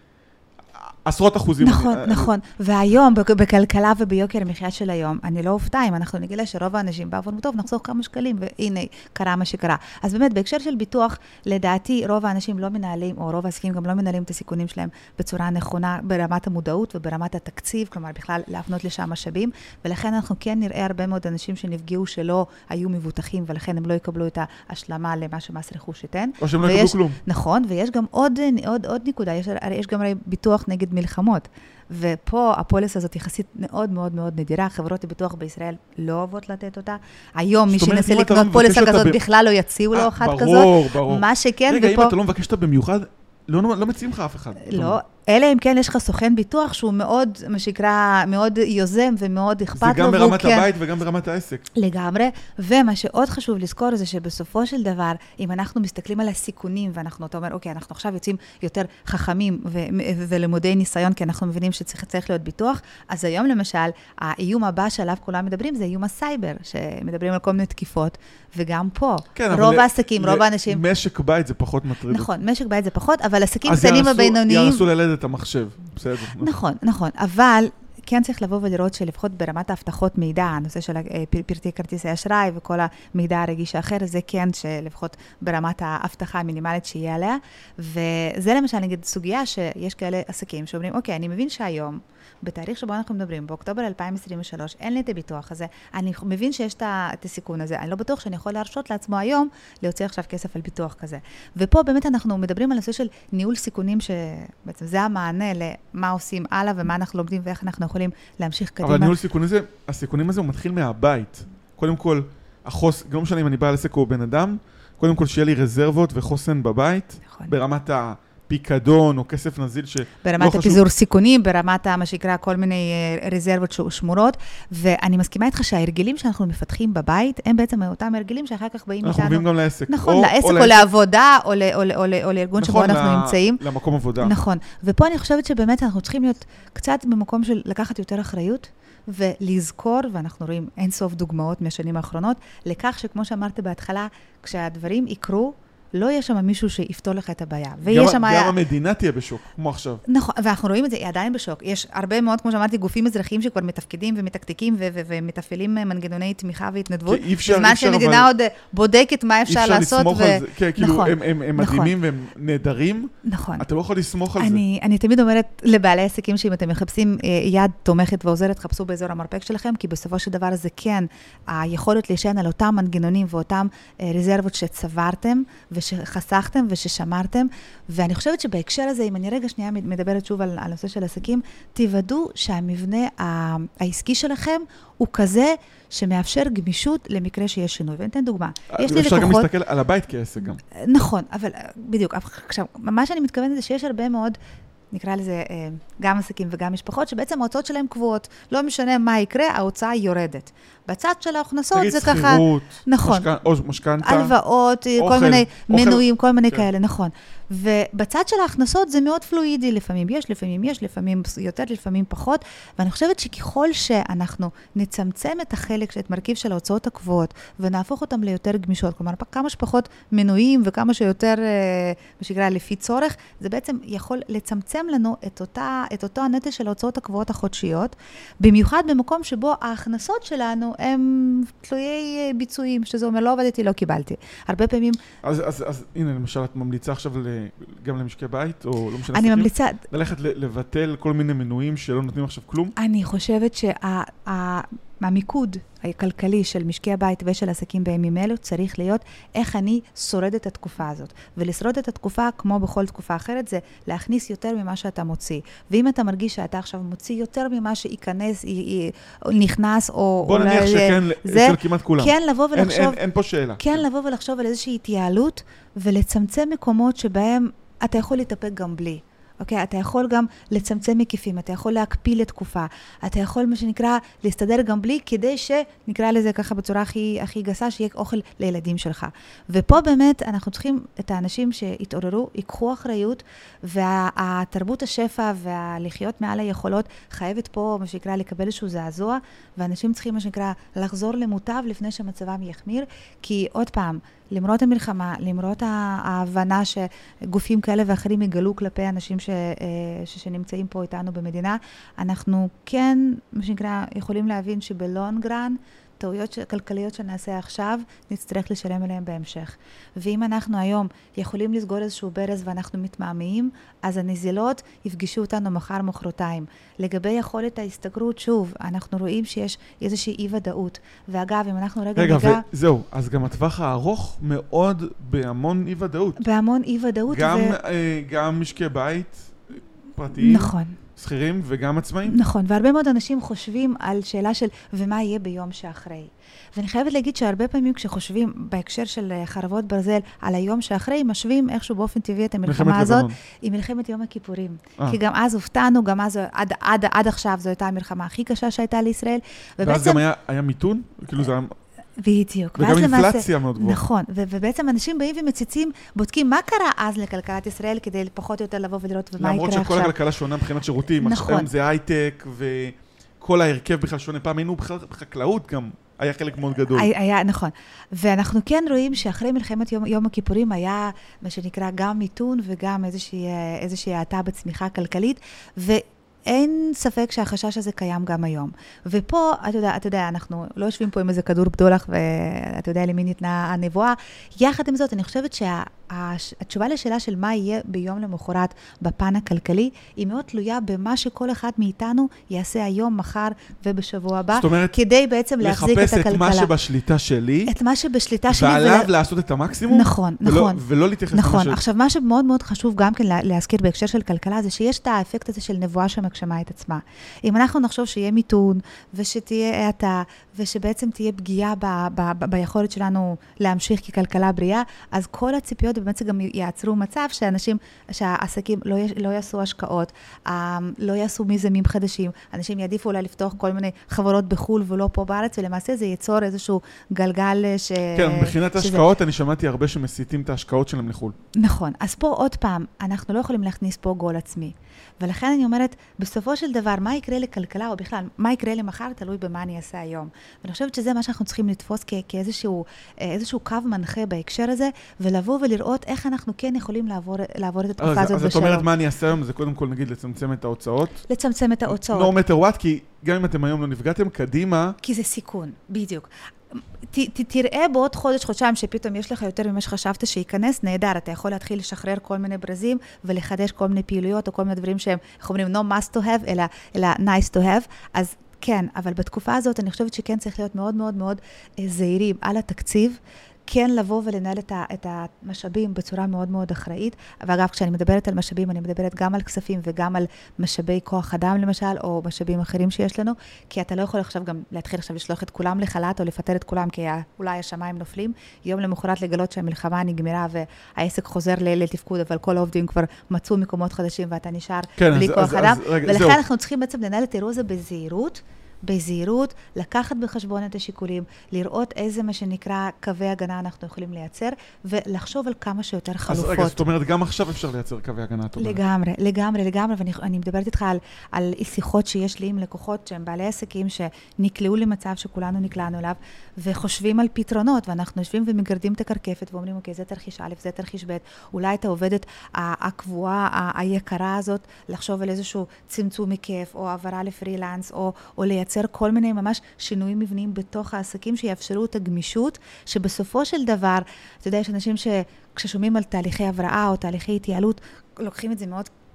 עשרות אחוזים. נכון. והיום, בכלכלה וביוקר המחיה של היום, אני לא אופתע אם אנחנו נגילה שרוב האנשים באו ואומרים, טוב, נחסוך כמה שקלים, והנה, קרה מה שקרה. אז באמת, בהקשר של ביטוח, לדעתי, רוב האנשים לא מנהלים, או רוב העסקים גם לא מנהלים את הסיכונים שלהם בצורה נכונה, ברמת המודעות וברמת התקציב, כלומר, בכלל להפנות לשם משאבים, ולכן אנחנו כן נראה הרבה מאוד אנשים שנפגעו שלא היו מבוטחים, ולכן הם לא יקבלו את ההשלמה למה שמס רכוש ייתן. או שהם לא יקבלו כלום. נכון, ויש גם עוד נקודה, יש גם ביטוח נגד מלחמות, ופה הפוליסה הזאת יחסית מאוד מאוד מאוד נדירה, חברות הביטוח בישראל לא אוהבות לתת אותה. היום מי שינסה לקנות פוליסה כזאת בכלל לא יציעו לו אחת כזאת. ברור. מה שכן, רגע, אם אתה לא מבקש אותה במיוחד, לא מציעים לך אף אחד. לא, אלא אם כן יש לך סוכן ביטוח שהוא מאוד, מה שנקרא, מאוד יוזם ומאוד אכפת לו. זה גם ברמת הבית וגם ברמת העסק. לגמרי, ומה שעוד חשוב לזכור זה שבסופו של דבר, אם אנחנו מסתכלים על הסיכונים, אתה אומר, אוקיי, אנחנו עכשיו יוצאים יותר חכמים ולמודי ניסיון, כי אנחנו מבינים שצריך להיות ביטוח, אז היום למשל, האיום הבא שעליו כולם מדברים, זה איום הסייבר, שמדברים על כל מיני תקיפות, וגם פה, רוב העסקים, רוב האנשים... משק בית זה פחות מטריד. נכון, משק בית זה פחות, אבל עסקים קטנים ובינוניים... ירסו ללדת את המחשב, בסדר. נכון, אבל כן צריך לבוא ולראות שלפחות ברמת ההבטחות מידע, הנושא של פרטי כרטיסי אשראי וכל המידע הרגיש האחר, זה כן שלפחות ברמת ההבטחה המינימלית שיהיה עליה, וזה למשל נגיד סוגיה שיש כאלה עסקים שאומרים, אוקיי, אני מבין שהיום, בתאריך שבו אנחנו מדברים, באוקטובר 2023, אין לי את הביטוח הזה, אני מבין שיש את הסיכון הזה, אני לא בטוח שאני יכול להרשות לעצמו היום להוציא עכשיו כסף על ביטוח כזה. ופה באמת אנחנו מדברים על נושא של ניהול סיכונים, שבעצם זה המענה למה עושים הלאה ומה אנחנו לומדים ואיך אנחנו יכולים להמשיך קדימה. אבל ניהול הסיכונים הזה הוא מתחיל מהבית. קודם כל, לא משנה אם אני בא לעסק או בן אדם, קודם כל שיהיה לי רזרבות וחוסן בבית, ברמת פיקדון או כסף נזיל ברמת הפיזור סיכונים, ברמת מה שיקרא כל מיני רזרבות שמורות, ואני מסכימה איתך שההרגלים שאנחנו מפתחים בבית, הם בעצם אותם הרגלים שאחר כך באים איתנו. אנחנו מביאים גם לעסק. נכון, לעסק או לעבודה, או לארגון שבו אנחנו נמצאים. למקום עבודה. נכון, ופה אני חושבת שבאמת אנחנו צריכים להיות קצת במקום של לקחת יותר אחריות, ולזכור, ואנחנו רואים אין סוף דוגמאות מהשנים האחרונות, לכך שכמו שאמרת בהתחלה, כשהדברים יקרו, לא יהיה שם מישהו שיפתור לך את הבעיה. גם המדינה תהיה בשוק, כמו עכשיו. נכון, ואנחנו רואים את זה, היא עדיין בשוק. יש הרבה מאוד, כמו שאמרתי, גופים אזרחיים שכבר מתפקדים ומתקתקים ומתפעלים מנגנוני תמיכה והתנדבות. בזמן שהמדינה עוד בודקת מה אפשר לעשות. אי אפשר לסמוך על זה. כן, כאילו, הם מדהימים והם נהדרים. נכון. אתה לא יכול לסמוך על זה. אני תמיד אומרת לבעלי עסקים שאם אתם מחפשים יד תומכת ועוזרת, חפשו באזור המרפק שלכם, כי בסופו של דבר זה כן היכולת להישען על אותם מנגנונים ואותם רזרבות שצברתם ושחסכתם וששמרתם, ואני חושבת שבהקשר הזה, אם אני רגע שנייה מדברת שוב על הנושא של עסקים, תיוודאו שהמבנה העסקי שלכם הוא כזה שמאפשר גמישות למקרה שיש שינוי. ואני דוגמה. אפשר גם להסתכל על הבית כעסק גם. נכון, אבל בדיוק. עכשיו, מה שאני מתכוונת זה שיש הרבה מאוד, נקרא לזה גם עסקים וגם משפחות, שבעצם ההוצאות שלהם קבועות. לא משנה מה יקרה, ההוצאה יורדת. בצד של ההכנסות זה ככה... סחירות, נכון. או משכנתא. הלוואות, כל מיני מנויים, כל מיני כאלה, נכון. ובצד של ההכנסות זה מאוד פלואידי, לפעמים יש, לפעמים יותר, לפעמים פחות, ואני חושבת שככל שאנחנו נצמצם את החלק, את מרכיב של ההוצאות הקבועות, ונהפוך אותם ליותר גמישות, כלומר, כמה שפחות מנויים וכמה שיותר, בשגרה לפי צורך, זה בעצם יכול לצמצם לנו את אותו הנטל של ההוצאות הקבועות החודשיות, במיוחד במקום שבו ההכנסות שלנו הם תלויי ביצועים, שזה אומר, לא עבדתי, לא קיבלתי. הרבה פעמים... אז הנה, למשל, את ממליצה עכשיו גם למשקי בית, או לא משנה... אני ממליצה... ללכת לבטל כל מיני מנויים שלא נותנים עכשיו כלום? אני חושבת המיקוד הכלכלי של משקי הבית ושל עסקים בימים אלו צריך להיות איך אני שורד את התקופה הזאת. ולשרוד את התקופה, כמו בכל תקופה אחרת, זה להכניס יותר ממה שאתה מוציא. ואם אתה מרגיש שאתה עכשיו מוציא יותר ממה שייכנס, נכנס, או... בוא נניח שכן, אצל כמעט כולם. כן לבוא ולחשוב... אין פה שאלה. כן לבוא ולחשוב על איזושהי התייעלות, ולצמצם מקומות שבהם אתה יכול להתאפק גם בלי. אוקיי, אתה יכול גם לצמצם מקיפים, אתה יכול להקפיל לתקופה, אתה יכול, מה שנקרא, להסתדר גם בלי, כדי שנקרא לזה ככה בצורה הכי גסה, שיהיה אוכל לילדים שלך. ופה באמת אנחנו צריכים את האנשים שהתעוררו, ייקחו אחריות, והתרבות השפע והלחיות מעל היכולות חייבת פה, מה שנקרא, לקבל איזשהו זעזוע, ואנשים צריכים, מה שנקרא, לחזור למוטב לפני שמצבם יחמיר, כי עוד פעם, למרות המלחמה, למרות ההבנה שגופים כאלה ואחרים יגלו כלפי אנשים שנמצאים פה איתנו במדינה, אנחנו כן, מה שנקרא, יכולים להבין שבלונגרן, טעויות כלכליות שנעשה עכשיו, נצטרך לשלם עליהם בהמשך. ואם אנחנו היום יכולים לסגור איזשהו ברז ואנחנו מתמהמהים, אז הנזילות יפגשו אותנו מחר מחרתיים. לגבי יכולת ההסתגרות, שוב, אנחנו רואים שיש איזושהי אי-ודאות. ואגב, אם אנחנו ניגע... וזהו, אז גם הטווח הארוך מאוד בהמון אי-ודאות. בהמון אי-ודאות. גם משקי בית פרטיים. נכון. שכירים וגם עצמאים. נכון, והרבה מאוד אנשים חושבים על שאלה של ומה יהיה ביום שאחרי. ואני חייבת להגיד שהרבה פעמים כשחושבים בהקשר של חרבות ברזל על היום שאחרי, משווים איכשהו באופן טבעי את המלחמה הזאת עם מלחמת יום הכיפורים. כי גם אז הופתענו, גם אז עד עכשיו זו הייתה המלחמה הכי קשה שהייתה לישראל. ואז גם היה מיתון? כאילו זה היה... בדיוק. וגם אינפלציה מאוד גבוהה. נכון, ובעצם אנשים באים ומציצים, בודקים מה קרה אז לכלכלת ישראל, כדי פחות או יותר לבוא ולראות ומה יקרה עכשיו. למרות שכל הכלכלה שונה מבחינת שירותים, היום זה הייטק, וכל ההרכב בכלל שונה. פעם היינו בכלל בחקלאות גם, היה חלק מאוד גדול. היה, נכון. ואנחנו כן רואים שאחרי מלחמת יום הכיפורים היה, מה שנקרא, גם מיתון וגם איזושהי האטה בצמיחה כלכלית, אין ספק שהחשש הזה קיים גם היום. ופה, אתה יודע, אנחנו לא יושבים פה עם איזה כדור בדולח, ואתה יודע למי ניתנה הנבואה. יחד עם זאת, אני חושבת שהתשובה לשאלה של מה יהיה ביום למחרת בפן הכלכלי, היא מאוד תלויה במה שכל אחד מאיתנו יעשה היום, מחר ובשבוע הבא, כדי בעצם להחזיק את הכלכלה. לחפש את מה שבשליטה שלי, את מה שבשליטה שלי, ועליו לעשות את המקסימום, נכון. ולא להתייחס נכון. עכשיו, מה שמאוד מאוד חשוב גם כן להזכיר בהקשר של כלכלה, זה שיש את האפקט הזה של נבואה שמגשמה את עצמה. אם אנחנו נחשוב שיהיה מיתון, ושתהיה האטה, ושבעצם תהיה פגיעה ביכולת שלנו להמשיך ככלכלה בריאה, אז כל הציפיות באמת גם יעצרו מצב שהעסקים לא יעשו השקעות, לא יעשו מיזמים חדשים, אנשים יעדיפו אולי לפתוח כל מיני חברות בחול ולא פה בארץ, ולמעשה זה ייצור איזשהו גלגל כן, מבחינת ההשקעות אני שמעתי הרבה שמסיתים את ההשקעות שלהם לחול. נכון, אז פה עוד פעם, אנחנו לא יכולים להכניס פה גול עצמי. ולכן אני אומרת, בסופו של דבר, מה יקרה לכלכלה, או בכלל, מה יקרה למחר, תלוי במה אני אעשה היום. ואני חושבת שזה מה שאנחנו צריכים לתפוס כאיזשהו קו מנחה בהקשר הזה, ולבוא ולראות איך אנחנו כן יכולים לעבור את התקופה הזאת בשלום. אז את אומרת מה אני אעשה היום, זה קודם כל נגיד לצמצם את ההוצאות. לצמצם את ההוצאות. No matter what, כי גם אם אתם היום לא נפגעתם, קדימה. כי זה סיכון, בדיוק. תראה בעוד חודש, חודשיים, שפתאום יש לך יותר ממה שחשבת שייכנס, נהדר, אתה יכול להתחיל לשחרר כל מיני ברזים, ולחדש כל מיני פעילויות, או כל מיני דברים שהם, איך אומרים, no must to have, אלא nice to have, אז כן, אבל בתקופה הזאת אני חושבת שכן צריך להיות מאוד מאוד מאוד זהירים על התקציב, כן לבוא ולנהל את המשאבים בצורה מאוד מאוד אחראית. ואגב, כשאני מדברת על משאבים, אני מדברת גם על כספים וגם על משאבי כוח אדם למשל, או משאבים אחרים שיש לנו, כי אתה לא יכול עכשיו גם להתחיל עכשיו לשלוח את כולם לחל"ת, או לפטר את כולם, כי אולי השמיים נופלים. יום למחרת לגלות שהמלחמה נגמרה, והעסק חוזר לתפקוד, אבל כל העובדים כבר מצאו מקומות חדשים, ואתה נשאר בלי כוח אדם. ולכן אנחנו צריכים בעצם לנהל את האירוע הזה בזהירות, לקחת בחשבון את השיקולים, לראות איזה מה שנקרא קווי הגנה אנחנו יכולים לייצר, ולחשוב על כמה שיותר חלופות. אז רגע, זאת אומרת, גם עכשיו אפשר לייצר קווי הגנה. לגמרי, ואני מדברת איתך על שיחות שיש לי עם לקוחות שהם בעלי עסקים שנקלעו למצב שכולנו נקלענו אליו, וחושבים על פתרונות, ואנחנו יושבים ומגרדים את הקרקפת, ואומרים, אוקיי, זה תרחיש א', זה תרחיש ב', אולי את העובדת הקבועה, היקרה הזאת, לחשוב על איזשהו צמצום היקף, או העברה לפרילנס, או לייצר כל מיני ממש שינויים מבניים בתוך העסקים שיאפשרו את הגמישות, שבסופו של דבר, אתה יודע, יש אנשים שכששומעים על תהליכי הבראה או תהליכי התייעלות, לוקחים את זה מאוד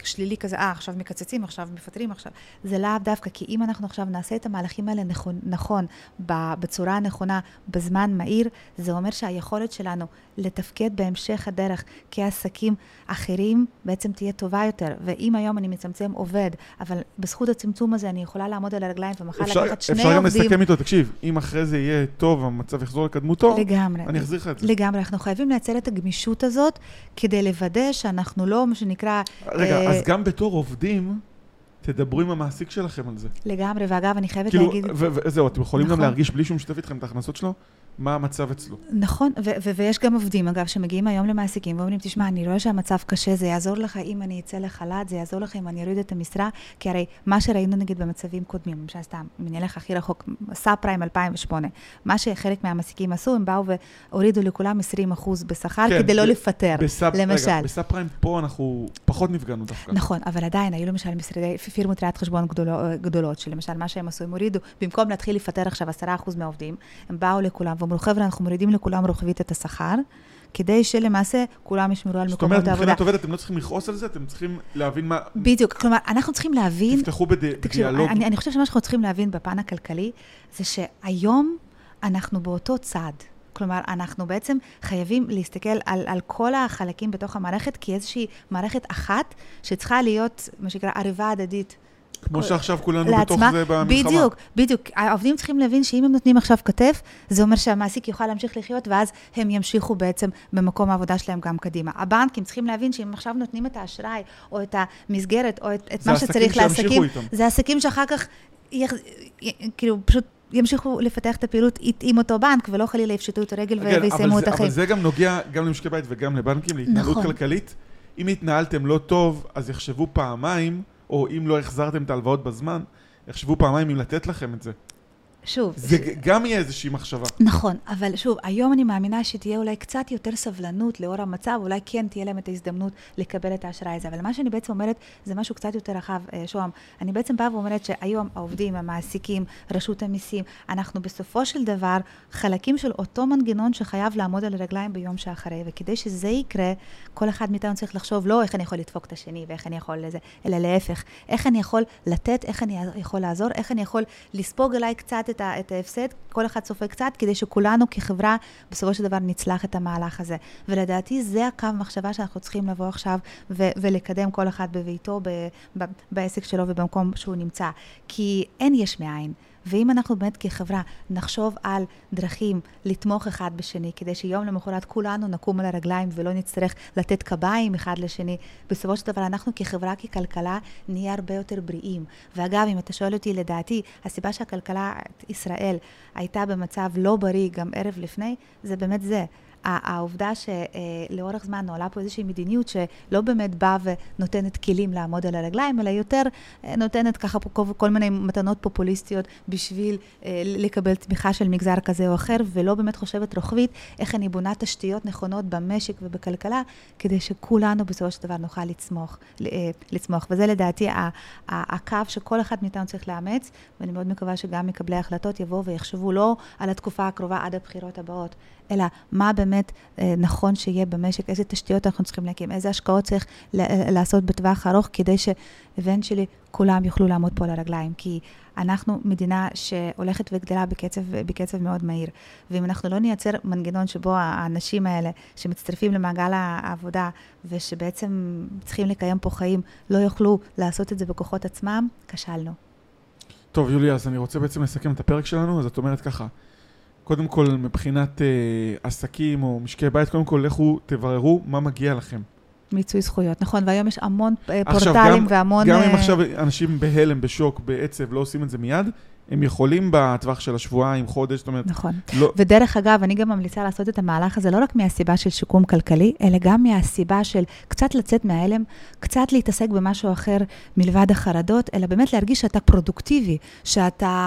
שלילי כזה, עכשיו מקצצים, עכשיו מפטרים, עכשיו. זה לאו דווקא, כי אם אנחנו עכשיו נעשה את המהלכים האלה נכון, בצורה הנכונה, בזמן מהיר, זה אומר שהיכולת שלנו לתפקד בהמשך הדרך כעסקים אחרים, בעצם תהיה טובה יותר. ואם היום אני מצמצם עובד, אבל בזכות הצמצום הזה אני יכולה לעמוד על הרגליים ומחר לקחת שני עובדים. אפשר גם לסכם איתו, תקשיב, אם אחרי זה יהיה טוב, המצב יחזור לקדמותו, אני אחזיר לך את זה. לגמרי, אנחנו חייבים לייצר את הגמישות הזאת, כדי לוודא שאנחנו לא, מה שנקרא... רגע, אז גם בתור עובדים, תדברו עם המעסיק שלכם על זה. לגמרי, ואגב, אני חייבת להגיד... וזהו, אתם יכולים גם להרגיש בלי שהוא משתף איתכם את ההכנסות שלו, מה המצב אצלו. נכון, ויש גם עובדים, אגב, שמגיעים היום למעסיקים, ואומרים, תשמע, אני רואה שהמצב קשה, זה יעזור לך אם אני אצא לחל"ת, זה יעזור לך אם אני אוריד את המשרה, כי הרי מה שראינו נגיד במצבים קודמים, למשל סתם, אם אני אלך הכי רחוק, סאב פריים 2008, מה שחלק מהמעסיקים עשו, הם באו והורידו לכולם 20% בשכר, כדי לא לפטר, למשל. רגע, בסאב פריים פה אנחנו פחות נפגענו דווקא. נכון, אבל עדיין, היו למשל פירמות ראיית חשבון גדולות, שלמשל מה שהם עשו, הם הורידו, במקום להתחיל לפטר עכשיו 10% מהעובדים, הם באו לכולם ואמרו, חבר'ה, אנחנו מורידים לכולם רוחבית את השכר, כדי שלמעשה כולם ישמרו על מקומות העבודה. זאת אומרת, מבחינת עובדת, אתם לא צריכים לכעוס על זה, אתם צריכים להבין מה... בדיוק, כלומר, אנחנו צריכים להבין... תפתחו בדיאלוג. אני חושב שמה שאנחנו צריכים להבין בפן הכלכלי, זה שהיום אנחנו באותו צד. כלומר, אנחנו בעצם חייבים להסתכל על כל החלקים בתוך המערכת, כי איזושהי מערכת אחת, שצריכה להיות, מה שנקרא, ערבה הדדית. כמו שעכשיו כולנו בתוך זה במלחמה. בדיוק. העובדים צריכים להבין שאם הם נותנים עכשיו כתף, זה אומר שהמעסיק יוכל להמשיך לחיות, ואז הם ימשיכו בעצם במקום העבודה שלהם גם קדימה. הבנקים צריכים להבין שאם עכשיו נותנים את האשראי, או את המסגרת, או את מה שצריך לעסקים, זה עסקים שאחר כך, כאילו, פשוט ימשיכו לפתח את הפעילות עם אותו בנק, ולא חלילה יפשטו את הרגל ויסיימו את החיים. אבל זה גם נוגע גם למשקי בית וגם לבנקים, להתנהלות כלכלית. אם התנהלתם לא טוב, אז יחשבו פעמיים, או אם לא החזרתם את ההלוואות בזמן, יחשבו פעמיים אם לתת לכם את זה. שוב. זה גם יהיה איזושהי מחשבה. נכון, אבל שוב, היום אני מאמינה שתהיה אולי קצת יותר סבלנות לאור המצב, אולי כן תהיה להם את ההזדמנות לקבל את האשראי הזה. אבל מה שאני בעצם אומרת, זה משהו קצת יותר רחב, שוהם. אני בעצם באה ואומרת שהיום העובדים, המעסיקים, רשות המיסים, אנחנו בסופו של דבר חלקים של אותו מנגנון שחייב לעמוד על הרגליים ביום שאחרי. וכדי שזה יקרה, כל אחד מאיתנו צריך לחשוב לא איך אני יכול לדפוק את השני ואיך אני יכול לזה, אלא להפך. איך אני יכול לתת, איך אני יכול לעזור, איך אני יכול לספוג אליי קצת את ההפסד, כל אחד סופג קצת, כדי שכולנו כחברה בסופו של דבר נצלח את המהלך הזה. ולדעתי זה הקו מחשבה שאנחנו צריכים לבוא עכשיו ולקדם כל אחד בביתו, בעסק שלו ובמקום שהוא נמצא. כי אין יש מאין. ואם אנחנו באמת כחברה נחשוב על דרכים לתמוך אחד בשני, כדי שיום למחרת כולנו נקום על הרגליים ולא נצטרך לתת קביים אחד לשני, בסופו של דבר אנחנו כחברה, ככלכלה, נהיה הרבה יותר בריאים. ואגב, אם אתה שואל אותי, לדעתי, הסיבה שהכלכלה ישראל הייתה במצב לא בריא גם ערב לפני, זה באמת זה. העובדה שלאורך זמן נועלה פה איזושהי מדיניות שלא באמת באה ונותנת כלים לעמוד על הרגליים, אלא יותר נותנת ככה כל מיני מתנות פופוליסטיות בשביל לקבל תמיכה של מגזר כזה או אחר, ולא באמת חושבת רוחבית איך אני בונה תשתיות נכונות במשק ובכלכלה, כדי שכולנו בסופו של דבר נוכל לצמוח. וזה לדעתי הקו שכל אחד מאיתנו צריך לאמץ, ואני מאוד מקווה שגם מקבלי ההחלטות יבואו ויחשבו לא על התקופה הקרובה עד הבחירות הבאות, אלא מה באמת נכון שיהיה במשק, איזה תשתיות אנחנו צריכים להקים, איזה השקעות צריך לעשות בטווח ארוך, כדי שאבנטשלי כולם יוכלו לעמוד פה על הרגליים, כי אנחנו מדינה שהולכת וגדלה בקצב מאוד מהיר, ואם אנחנו לא נייצר מנגנון שבו האנשים האלה שמצטרפים למעגל העבודה, ושבעצם צריכים לקיים פה חיים, לא יוכלו לעשות את זה בכוחות עצמם, כשלנו. טוב, יוליה, אז אני רוצה בעצם לסכם את הפרק שלנו, אז את אומרת ככה, קודם כל, מבחינת עסקים או משקי בית, קודם כל, לכו תבררו מה מגיע לכם. מיצוי זכויות, נכון, והיום יש המון פורטלים והמון... גם אם עכשיו אנשים בהלם, בשוק, בעצב, לא עושים את זה מיד, הם יכולים בטווח של השבועיים, חודש, זאת אומרת... נכון. לא... ודרך אגב, אני גם ממליצה לעשות את המהלך הזה, לא רק מהסיבה של שיקום כלכלי, אלא גם מהסיבה של קצת לצאת מההלם, קצת להתעסק במשהו אחר מלבד החרדות, אלא באמת להרגיש שאתה פרודוקטיבי, שאתה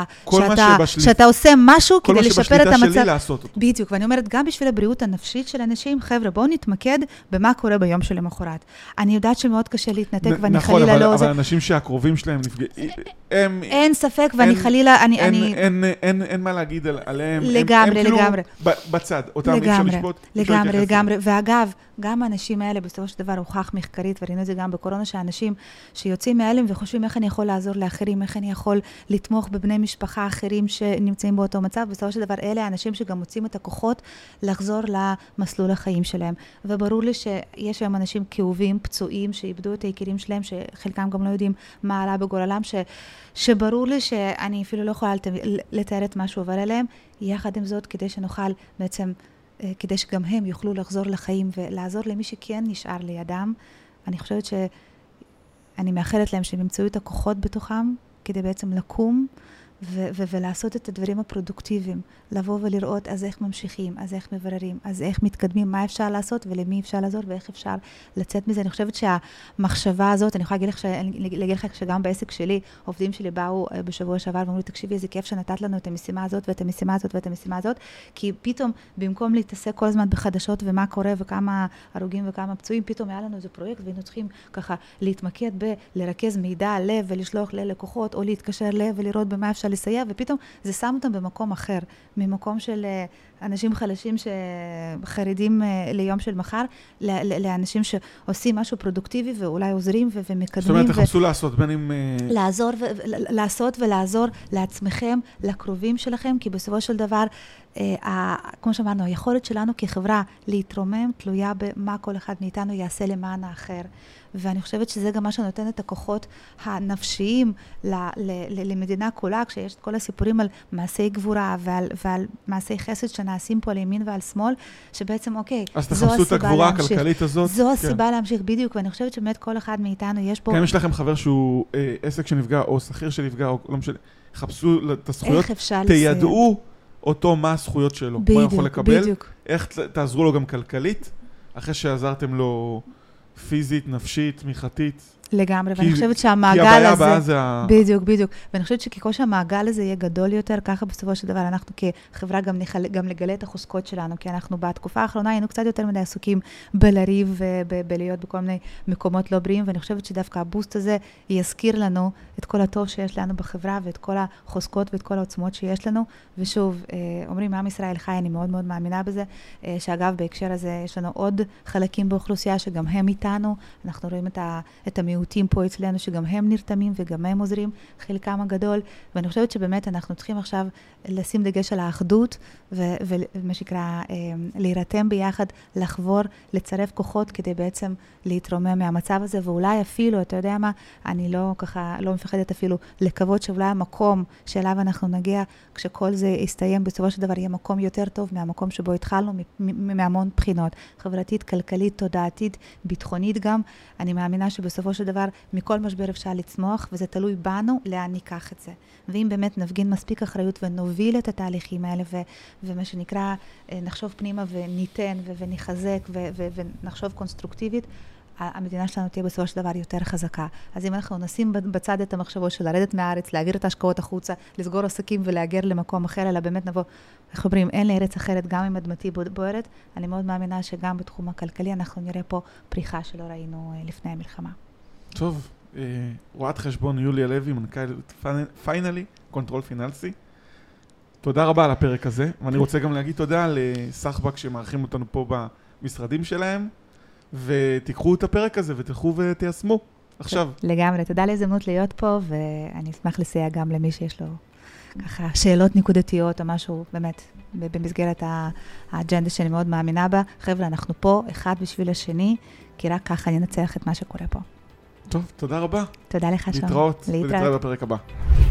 עושה משהו כדי לשפר את המצב. כל מה שבשליטה שלי לעשות אותו. בדיוק, ואני אומרת, גם בשביל הבריאות הנפשית של אנשים, חבר'ה, בואו נתמקד במה קורה ביום של למחרת. אני יודעת שמאוד קשה להתנתק, ואני חלילה לא... אבל אנשים שהקרובים שלהם נפגעים, אין ספק, ואני חלילה אין מה להגיד עליהם. לגמרי, לגמרי. בצד, אותם אי אפשר לשפוט. לגמרי. ואגב, גם האנשים האלה, בסופו של דבר, הוכח מחקרית, וראינו את זה גם בקורונה, שאנשים שיוצאים מהלם וחושבים איך אני יכול לעזור לאחרים, איך אני יכול לתמוך בבני משפחה אחרים שנמצאים באותו מצב, בסופו של דבר, אלה האנשים שגם מוצאים את הכוחות לחזור למסלול החיים שלהם. וברור לי שיש היום אנשים כאובים, פצועים, שאיבדו את היקירים שלהם, שחלקם גם לא יודעים מה עלה בגורלם, שברור לי שאני אפילו לא יכולה לתאר את מה שעובר עליהם, יחד עם זאת, כדי שנוכל בעצם, כדי שגם הם יוכלו לחזור לחיים ולעזור למי שכן נשאר לידם. אני חושבת שאני מאחלת להם שהם ימצאו את הכוחות בתוכם, כדי בעצם לקום ולעשות את הדברים הפרודוקטיביים, לבוא ולראות אז איך ממשיכים, אז איך מבררים, אז איך מתקדמים, מה אפשר לעשות ולמי אפשר לעזור ואיך אפשר לצאת מזה. אני חושבת שהמחשבה הזאת, אני יכולה להגיד לך שגם בעסק שלי, עובדים שלי באו בשבוע שעבר ואמרו לי, תקשיבי, איזה כיף שנתת לנו את המשימה הזאת ואת המשימה הזאת ואת המשימה הזאת, כי פתאום, במקום להתעסק כל הזמן בחדשות ומה קורה וכמה הרוגים וכמה פצועים, פתאום היה לנו איזה פרויקט והיינו צריכים ככה להתמקד בלרכז מידע על לב ולשלוח ללקוחות או להתקשר לב ולראות במה אפשר לסייע, ופתאום זה שם אותם במקום אחר, ממקום של אנשים חלשים שחרדים ליום של מחר, לאנשים שעושים משהו פרודוקטיבי ואולי עוזרים ומקדמים. זאת אומרת, תחפשו לעשות, בין אם... לעשות ולעזור לעצמכם, לקרובים שלכם, כי בסופו של דבר, כמו שאמרנו, היכולת שלנו כחברה להתרומם תלויה במה כל אחד מאיתנו יעשה למען האחר. ואני חושבת שזה גם מה שנותן את הכוחות הנפשיים למדינה כולה, כשיש את כל הסיפורים על מעשי גבורה ועל מעשי חסד שנעשים פה על ימין ועל שמאל, שבעצם, אוקיי, אז תחפשו את הגבורה הכלכלית הזאת. זו הסיבה להמשיך בדיוק, ואני חושבת שבאמת כל אחד מאיתנו יש פה... כן, יש לכם חבר שהוא עסק שנפגע, או שכיר שנפגע, או לא משנה, חפשו את הזכויות, תיידעו אותו מה הזכויות שלו, מה הוא יכול לקבל, איך תעזרו לו גם כלכלית, אחרי שעזרתם לו פיזית, נפשית, תמיכתית. לגמרי, ואני חושבת שהמעגל הזה... בדיוק. ואני חושבת שככל שהמעגל הזה יהיה גדול יותר, ככה בסופו של דבר אנחנו כחברה גם נגלה את החוזקות שלנו, כי אנחנו בתקופה האחרונה היינו קצת יותר מדי עסוקים בלריב ובלהיות בכל מיני מקומות לא בריאים, ואני חושבת שדווקא הבוסט הזה יזכיר לנו את כל הטוב שיש לנו בחברה, ואת כל החוזקות ואת כל העוצמות שיש לנו. ושוב, אומרים, עם ישראל חי, אני מאוד מאוד מאמינה בזה, שאגב, בהקשר הזה יש לנו עוד חלקים באוכלוסייה שגם הם איתנו, אנחנו רואים את המיעוטים פה אצלנו שגם הם נרתמים וגם הם עוזרים, חלקם הגדול, ואני חושבת שבאמת אנחנו צריכים עכשיו לשים דגש על האחדות, ומה שקרא, להירתם ביחד, לחבור, לצרף כוחות כדי בעצם להתרומם מהמצב הזה, ואולי אפילו, אתה יודע מה, אני לא מפחדת אפילו לקוות שאולי המקום שאליו אנחנו נגיע, כשכל זה יסתיים, בסופו של דבר יהיה מקום יותר טוב מהמקום שבו התחלנו, מהמון בחינות, חברתית, כלכלית, תודעתית, ביטחונית גם. אני מאמינה שבסופו של דבר, מכל משבר אפשר לצמוח, וזה תלוי בנו לאן ניקח את זה. ואם באמת נפגין מספיק אחריות ונוביל את התהליכים האלה, ומה שנקרא, נחשוב פנימה וניתן ונחזק ונחשוב קונסטרוקטיבית, המדינה שלנו תהיה בסופו של דבר יותר חזקה. אז אם אנחנו נשים בצד את המחשבות של לרדת מהארץ, להעביר את ההשקעות החוצה, לסגור עסקים ולהגר למקום אחר, אלא באמת נבוא, איך אומרים, אין לארץ אחרת, גם אם אדמתי בוערת, אני מאוד מאמינה שגם בתחום הכלכלי אנחנו נראה פה פריחה שלא ראינו לפני המלחמה. טוב, רואת חשבון יוליה לוי, מנכ"לית פיינלי, קונטרול פיננסי. תודה רבה על הפרק הזה, ואני רוצה גם להגיד תודה לסחבק שמארחים אותנו פה במשרדים שלהם, ותיקחו את הפרק הזה ותלכו ותיישמו עכשיו. לגמרי, תודה להזדמנות להיות פה, ואני אשמח לסייע גם למי שיש לו ככה שאלות נקודתיות או משהו באמת במסגרת האג'נדה שאני מאוד מאמינה בה. חבר'ה, אנחנו פה אחד בשביל השני, כי רק ככה ננצח את מה שקורה פה. טוב, תודה רבה. תודה לך שם. להתראות. ונתראה בפרק הבא.